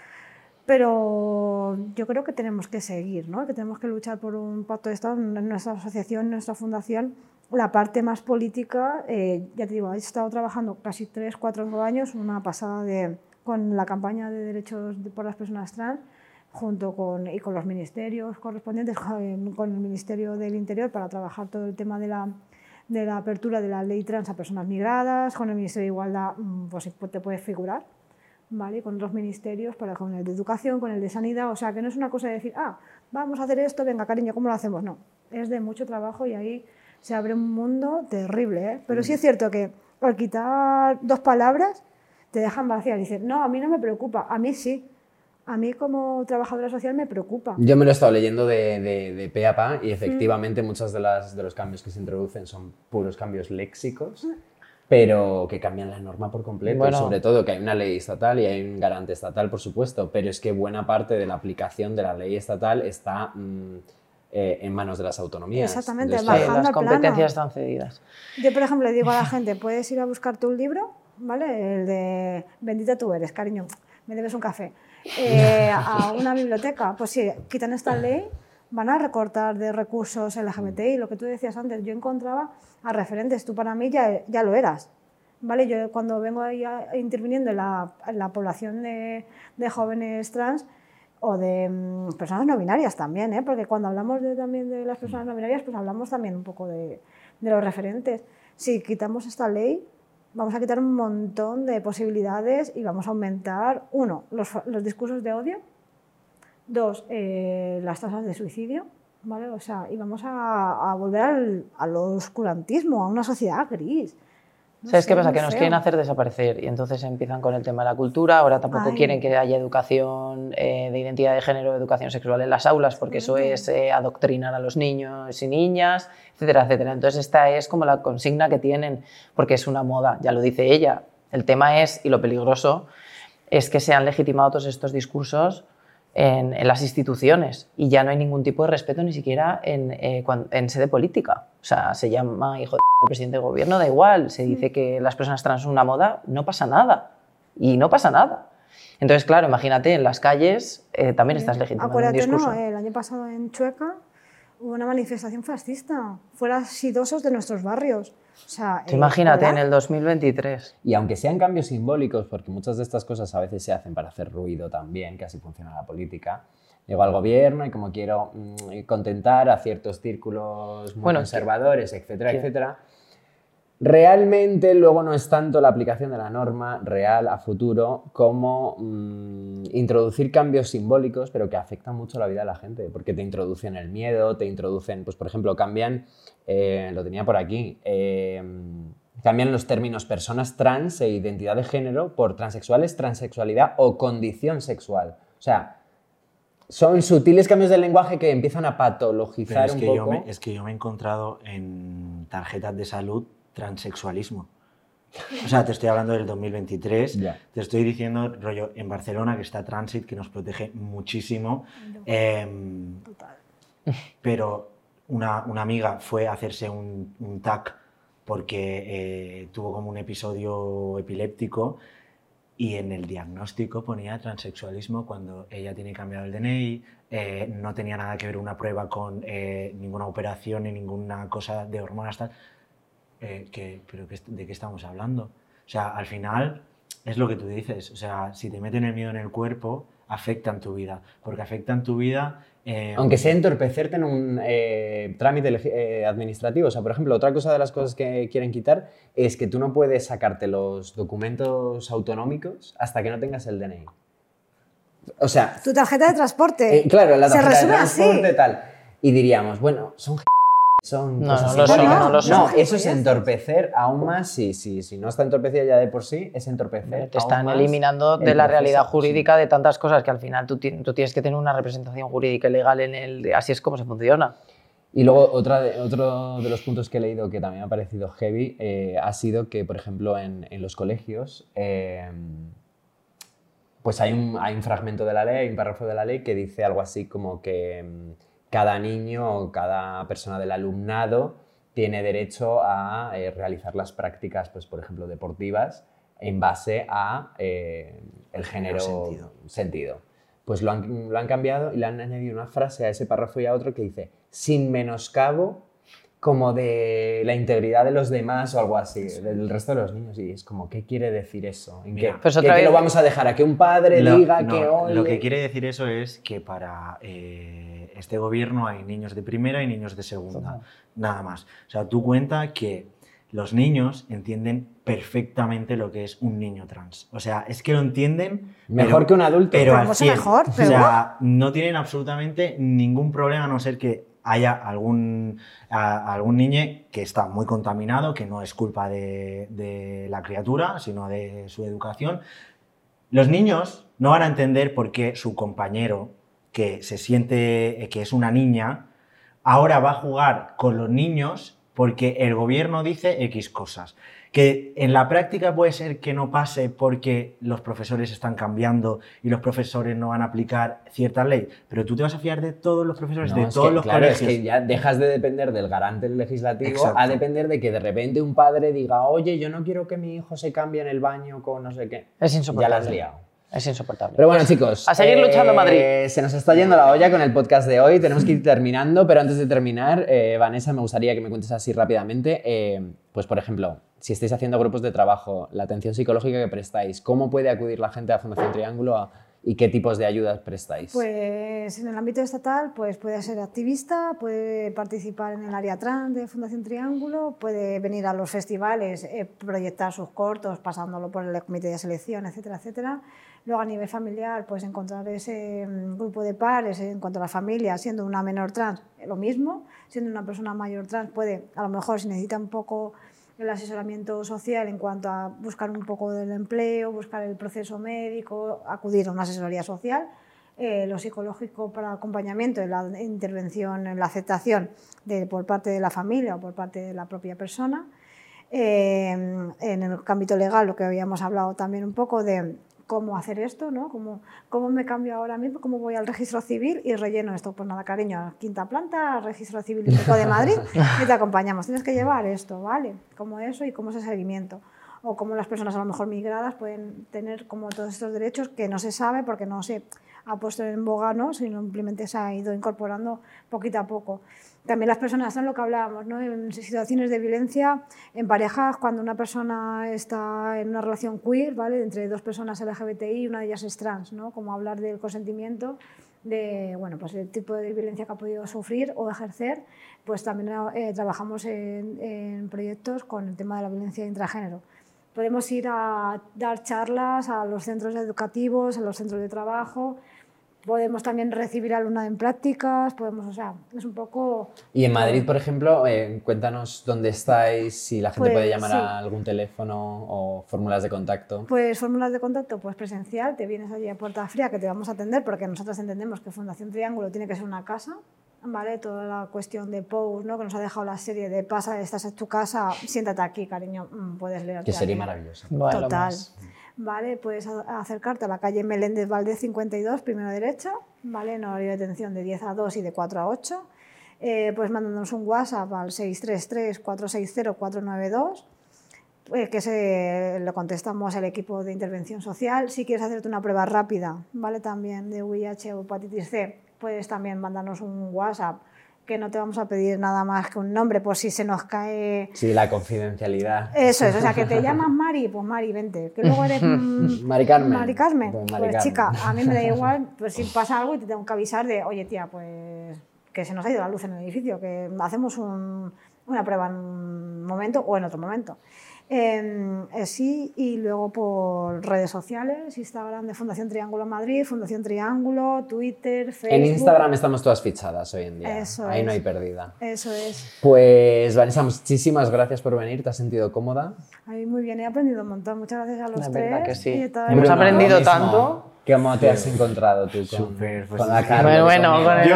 pero yo creo que tenemos que seguir, ¿no? Que tenemos que luchar por un pacto de Estado en nuestra asociación, en nuestra fundación. La parte más política, eh, ya te digo, he estado trabajando casi tres, cuatro años, una pasada de, con la campaña de derechos de, por las personas trans, junto con, y con los ministerios correspondientes, con, con el Ministerio del Interior, para trabajar todo el tema de la, de la apertura de la ley trans a personas migradas, con el Ministerio de Igualdad, pues te puedes figurar, ¿vale? Con otros ministerios, para, con el de Educación, con el de Sanidad, o sea, que no es una cosa de decir, ah, vamos a hacer esto, venga, cariño, ¿cómo lo hacemos? No, es de mucho trabajo y ahí se abre un mundo terrible, ¿eh? Pero sí es cierto que al quitar dos palabras te dejan vacía. Dices, no, a mí no me preocupa, a mí sí. A mí como trabajadora social me preocupa. Yo me lo he estado leyendo de, de, de pe a pa y efectivamente mm. muchos de, las, de los cambios que se introducen son puros cambios léxicos, mm. pero que cambian la norma por completo. Bueno. Y sobre todo que hay una ley estatal y hay un garante estatal, por supuesto, pero es que buena parte de la aplicación de la ley estatal está... Mmm, Eh, en manos de las autonomías. Exactamente, sí, las competencias están cedidas. Yo, por ejemplo, le digo a la gente, puedes ir a buscarte un libro, ¿vale? El de Bendita tú eres, cariño, me debes un café, eh, a una biblioteca. Pues sí, quitan esta ley, van a recortar de recursos L G B T I, lo que tú decías antes, yo encontraba a referentes, tú para mí ya, ya lo eras. ¿Vale? Yo cuando vengo ahí a, interviniendo en la, en la población de, de jóvenes trans, o de um, personas no binarias también, ¿eh? Porque cuando hablamos de, también de las personas no binarias, pues hablamos también un poco de, de los referentes. Si quitamos esta ley, vamos a quitar un montón de posibilidades y vamos a aumentar, uno, los, los discursos de odio, dos, eh, las tasas de suicidio, ¿vale? O sea, y vamos a, a volver al, al oscurantismo, a una sociedad gris. No ¿Sabes sé, qué pasa? Que feo. nos quieren hacer desaparecer y entonces empiezan con el tema de la cultura, ahora tampoco Ay. quieren que haya educación eh, de identidad de género, educación sexual en las aulas, porque eso es eh, adoctrinar a los niños y niñas, etcétera, etcétera. Entonces esta es como la consigna que tienen, porque es una moda, ya lo dice ella. El tema es, y lo peligroso, es que se han legitimado todos estos discursos en, en las instituciones y ya no hay ningún tipo de respeto ni siquiera en, eh, cuando, en sede política. O sea, se llama hijo de el presidente del gobierno, da igual, se dice que las personas trans son una moda, no pasa nada. Y no pasa nada. Entonces, claro, imagínate, en las calles eh, también estás legitimando Acuérdate, un discurso. No, el año pasado en Chueca hubo una manifestación fascista, fuera sidosos de nuestros barrios. O sea, Tú imagínate, ¿verdad? en el dos mil veintitrés. Y aunque sean cambios simbólicos, porque muchas de estas cosas a veces se hacen para hacer ruido también, que así funciona la política, llego al gobierno y como quiero mmm, contentar a ciertos círculos muy bueno, conservadores, etcétera, ¿qué? etcétera, realmente luego no es tanto la aplicación de la norma real a futuro como mmm, introducir cambios simbólicos, pero que afectan mucho la vida de la gente, porque te introducen el miedo, te introducen, pues por ejemplo, cambian, eh, lo tenía por aquí, eh, cambian los términos personas trans e identidad de género por transexuales, transexualidad o condición sexual. O sea, son sutiles cambios del lenguaje que empiezan a patologizar Pero es un que poco. Yo me, es que yo me he encontrado en tarjetas de salud transexualismo. O sea, te estoy hablando del dos mil veintitrés, Ya. te estoy diciendo, rollo, en Barcelona, que está Transit, que nos protege muchísimo, eh, Total. pero una, una amiga fue a hacerse un, un T A C porque eh, tuvo como un episodio epiléptico y en el diagnóstico ponía transexualismo cuando ella tiene cambiado el D N I, eh, no tenía nada que ver una prueba con eh, ninguna operación ni ninguna cosa de hormonas, tal. Eh, que, ¿Pero qué, de qué estamos hablando? O sea, al final es lo que tú dices, o sea, si te meten el miedo en el cuerpo, afectan tu vida, porque afectan tu vida... Eh, Aunque sea entorpecerte en un eh, trámite eh, administrativo. O sea, por ejemplo, otra cosa de las cosas que quieren quitar es que tú no puedes sacarte los documentos autonómicos hasta que no tengas el D N I. O sea... Tu tarjeta de transporte. Eh, claro, la Se tarjeta de resume transporte así. tal. Y diríamos, bueno, son... Son No, cosas no lo son, simbólicas. no lo son. No, eso es Gilipolleces. entorpecer aún más. Si sí, sí, sí, no está entorpecida ya de por sí, es entorpecer. Te aún están más eliminando el de la proceso. realidad Sí. jurídica de tantas cosas que al final tú, ti- tú tienes que tener una representación jurídica y legal en el... Así es como se funciona. Y luego otra de, otro de los puntos que he leído que también me ha parecido heavy eh, ha sido que, por ejemplo, en, en los colegios eh, pues hay un, hay un fragmento de la ley, hay un párrafo de la ley que dice algo así como que mm, cada niño o cada persona del alumnado tiene derecho a eh, realizar las prácticas, pues, por ejemplo, deportivas en base a eh, el género sentido. sentido. Pues lo han, lo han cambiado y le han añadido una frase a ese párrafo y a otro que dice sin menoscabo como de la integridad de los demás o algo así, del resto de los niños. Y es como, ¿qué quiere decir eso? ¿En Mira, qué, pues ¿qué- otra qué vez- lo vamos a dejar? ¿A que un padre Lo- diga no, que hoy... Lo que quiere decir eso es que para eh, este gobierno hay niños de primera y niños de segunda, nada más. O sea, tú cuenta que los niños entienden perfectamente lo que es un niño trans. O sea, es que lo entienden... Mejor pero- que un adulto. Pero Pero al mucho cien. mejor, pero O sea, no tienen absolutamente ningún problema a no ser que haya algún, a- algún niño que está muy contaminado, que no es culpa de, de la criatura, sino de su educación. Los niños no van a entender por qué su compañero, que se siente que es una niña, ahora va a jugar con los niños porque el gobierno dice X cosas. Que en la práctica puede ser que no pase porque los profesores están cambiando y los profesores no van a aplicar cierta ley, pero tú te vas a fiar de todos los profesores, No, de es todos que, los claro, colegios. es que ya dejas de depender del garante legislativo Exacto. a depender de que de repente un padre diga, oye, yo no quiero que mi hijo se cambie en el baño con no sé qué. Es Ya insoportable. la has liado. Es insoportable. Pero bueno, chicos. A seguir luchando, Madrid. Se nos está yendo la olla con el podcast de hoy. Tenemos que ir terminando, pero antes de terminar, eh, Vanessa, me gustaría que me cuentes así rápidamente. Eh, pues, por ejemplo, si estáis haciendo grupos de trabajo, la atención psicológica que prestáis, ¿cómo puede acudir la gente a Fundación Triángulo a- y qué tipos de ayudas prestáis? Pues en el ámbito estatal pues puede ser activista, puede participar en el área trans de Fundación Triángulo, puede venir a los festivales, eh, proyectar sus cortos pasándolo por el comité de selección, etcétera, etcétera. Luego a nivel familiar, pues encontrar ese mm, grupo de pares en cuanto a la familia, siendo una menor trans, eh, lo mismo, siendo una persona mayor trans puede, a lo mejor si necesita un poco el asesoramiento social en cuanto a buscar un poco del empleo, buscar el proceso médico, acudir a una asesoría social, eh, lo psicológico para acompañamiento en la intervención, en la aceptación de, por parte de la familia o por parte de la propia persona. Eh, en el ámbito legal, lo que habíamos hablado también un poco de cómo hacer esto, ¿no? Cómo, cómo me cambio ahora mismo, cómo voy al registro civil y relleno esto. Pues nada, cariño, quinta planta, registro civil y Pico de Madrid y te acompañamos. Tienes que llevar esto, ¿vale? Como eso y cómo ese seguimiento. O cómo las personas a lo mejor migradas pueden tener como todos estos derechos que no se sabe porque no se ha puesto en boga, ¿no? Sino simplemente se ha ido incorporando poquito a poco. También las personas, en lo que hablábamos, ¿no? En situaciones de violencia en parejas, cuando una persona está en una relación queer, ¿vale? Entre dos personas L G B T I y una de ellas es trans, ¿no? Como hablar del consentimiento de bueno, pues el tipo de violencia que ha podido sufrir o ejercer, pues también eh, trabajamos en, en proyectos con el tema de la violencia intragénero. Podemos ir a dar charlas a los centros educativos, a los centros de trabajo, podemos también recibir alumnado en prácticas, podemos, o sea, es un poco... Y en Madrid, por ejemplo, eh, cuéntanos dónde estáis, si la gente Pues, puede llamar sí. a algún teléfono o fórmulas de contacto. Pues fórmulas de contacto, pues presencial, te vienes allí a Puerta Fría que te vamos a atender porque nosotros entendemos que Fundación Triángulo tiene que ser una casa, ¿vale? Toda la cuestión de Pous, ¿no? Que nos ha dejado la serie de pasa, estás en tu casa, siéntate aquí, cariño, mm, puedes leer. Que sería maravilloso. Bueno, lo Total. más. Vale, puedes a- acercarte a la calle Meléndez Valdés cincuenta y dos, primera derecha, ¿vale? En horario de atención de diez a dos y de cuatro a ocho. Eh, pues mandándonos un WhatsApp al seis tres tres, cuatro seis cero, cuatro nueve dos, eh, que se lo contestamos el equipo de intervención social. Si quieres hacerte una prueba rápida, ¿vale? También de V I H o hepatitis C, puedes también mandarnos un WhatsApp, que no te vamos a pedir nada más que un nombre por si se nos cae... Sí, la confidencialidad. Eso es, o sea, que te llamas Mari, pues Mari, vente. Que luego eres... mm, Mari Carmen. Mari Carmen. Pues Pues, Mari Carmen. chica, a mí me da igual, pues si pasa algo y te tengo que avisar de, oye tía, pues que se nos ha ido la luz en el edificio, que hacemos un- una prueba en un momento o en otro momento. Eh, eh, sí, y luego por redes sociales, Instagram de Fundación Triángulo Madrid, Fundación Triángulo, Twitter, Facebook... En Instagram estamos todas fichadas hoy en día. Eso Ahí es. no hay pérdida. Eso es. Pues Vanessa, muchísimas gracias por venir. ¿Te has sentido cómoda? A mí muy bien, he aprendido un montón. Muchas gracias a los La tres. verdad que sí. y a toda Hemos la- aprendido lo mismo. tanto. ¿Cómo te has encontrado tú con, Súper, pues con sí, la sí. Carmen? Bueno, bueno, con el...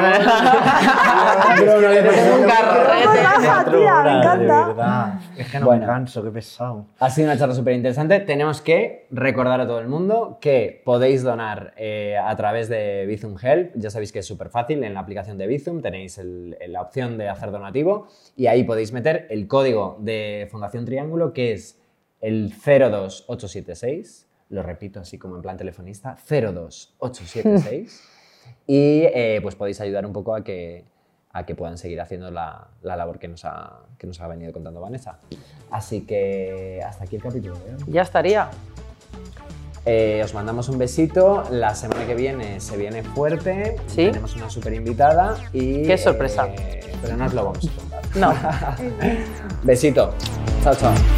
Bruno, le Tengo un presento- carrete. Muy baja, tía, me De encanta. verdad. Es que no Bueno. me canso, qué pesado. Ha sido una charla súper interesante. Tenemos que recordar a todo el mundo que podéis donar eh, a través de Bizum Help. Ya sabéis que es súper fácil. En la aplicación de Bizum tenéis el- la opción de hacer donativo y ahí podéis meter el código de Fundación Triángulo, que es el cero dos ocho siete seis. Lo repito así como en plan telefonista, cero dos ocho siete seis. Y eh, pues podéis ayudar un poco a que, a que puedan seguir haciendo la, la labor que nos, ha, que nos ha venido contando Vanessa. Así que hasta aquí el capítulo de hoy. Ya estaría. Eh, os mandamos un besito. La semana que viene se viene fuerte. ¿Sí? Tenemos una súper invitada y... Qué sorpresa. eh, pero no os lo vamos a contar. No. Besito. Chao, chao.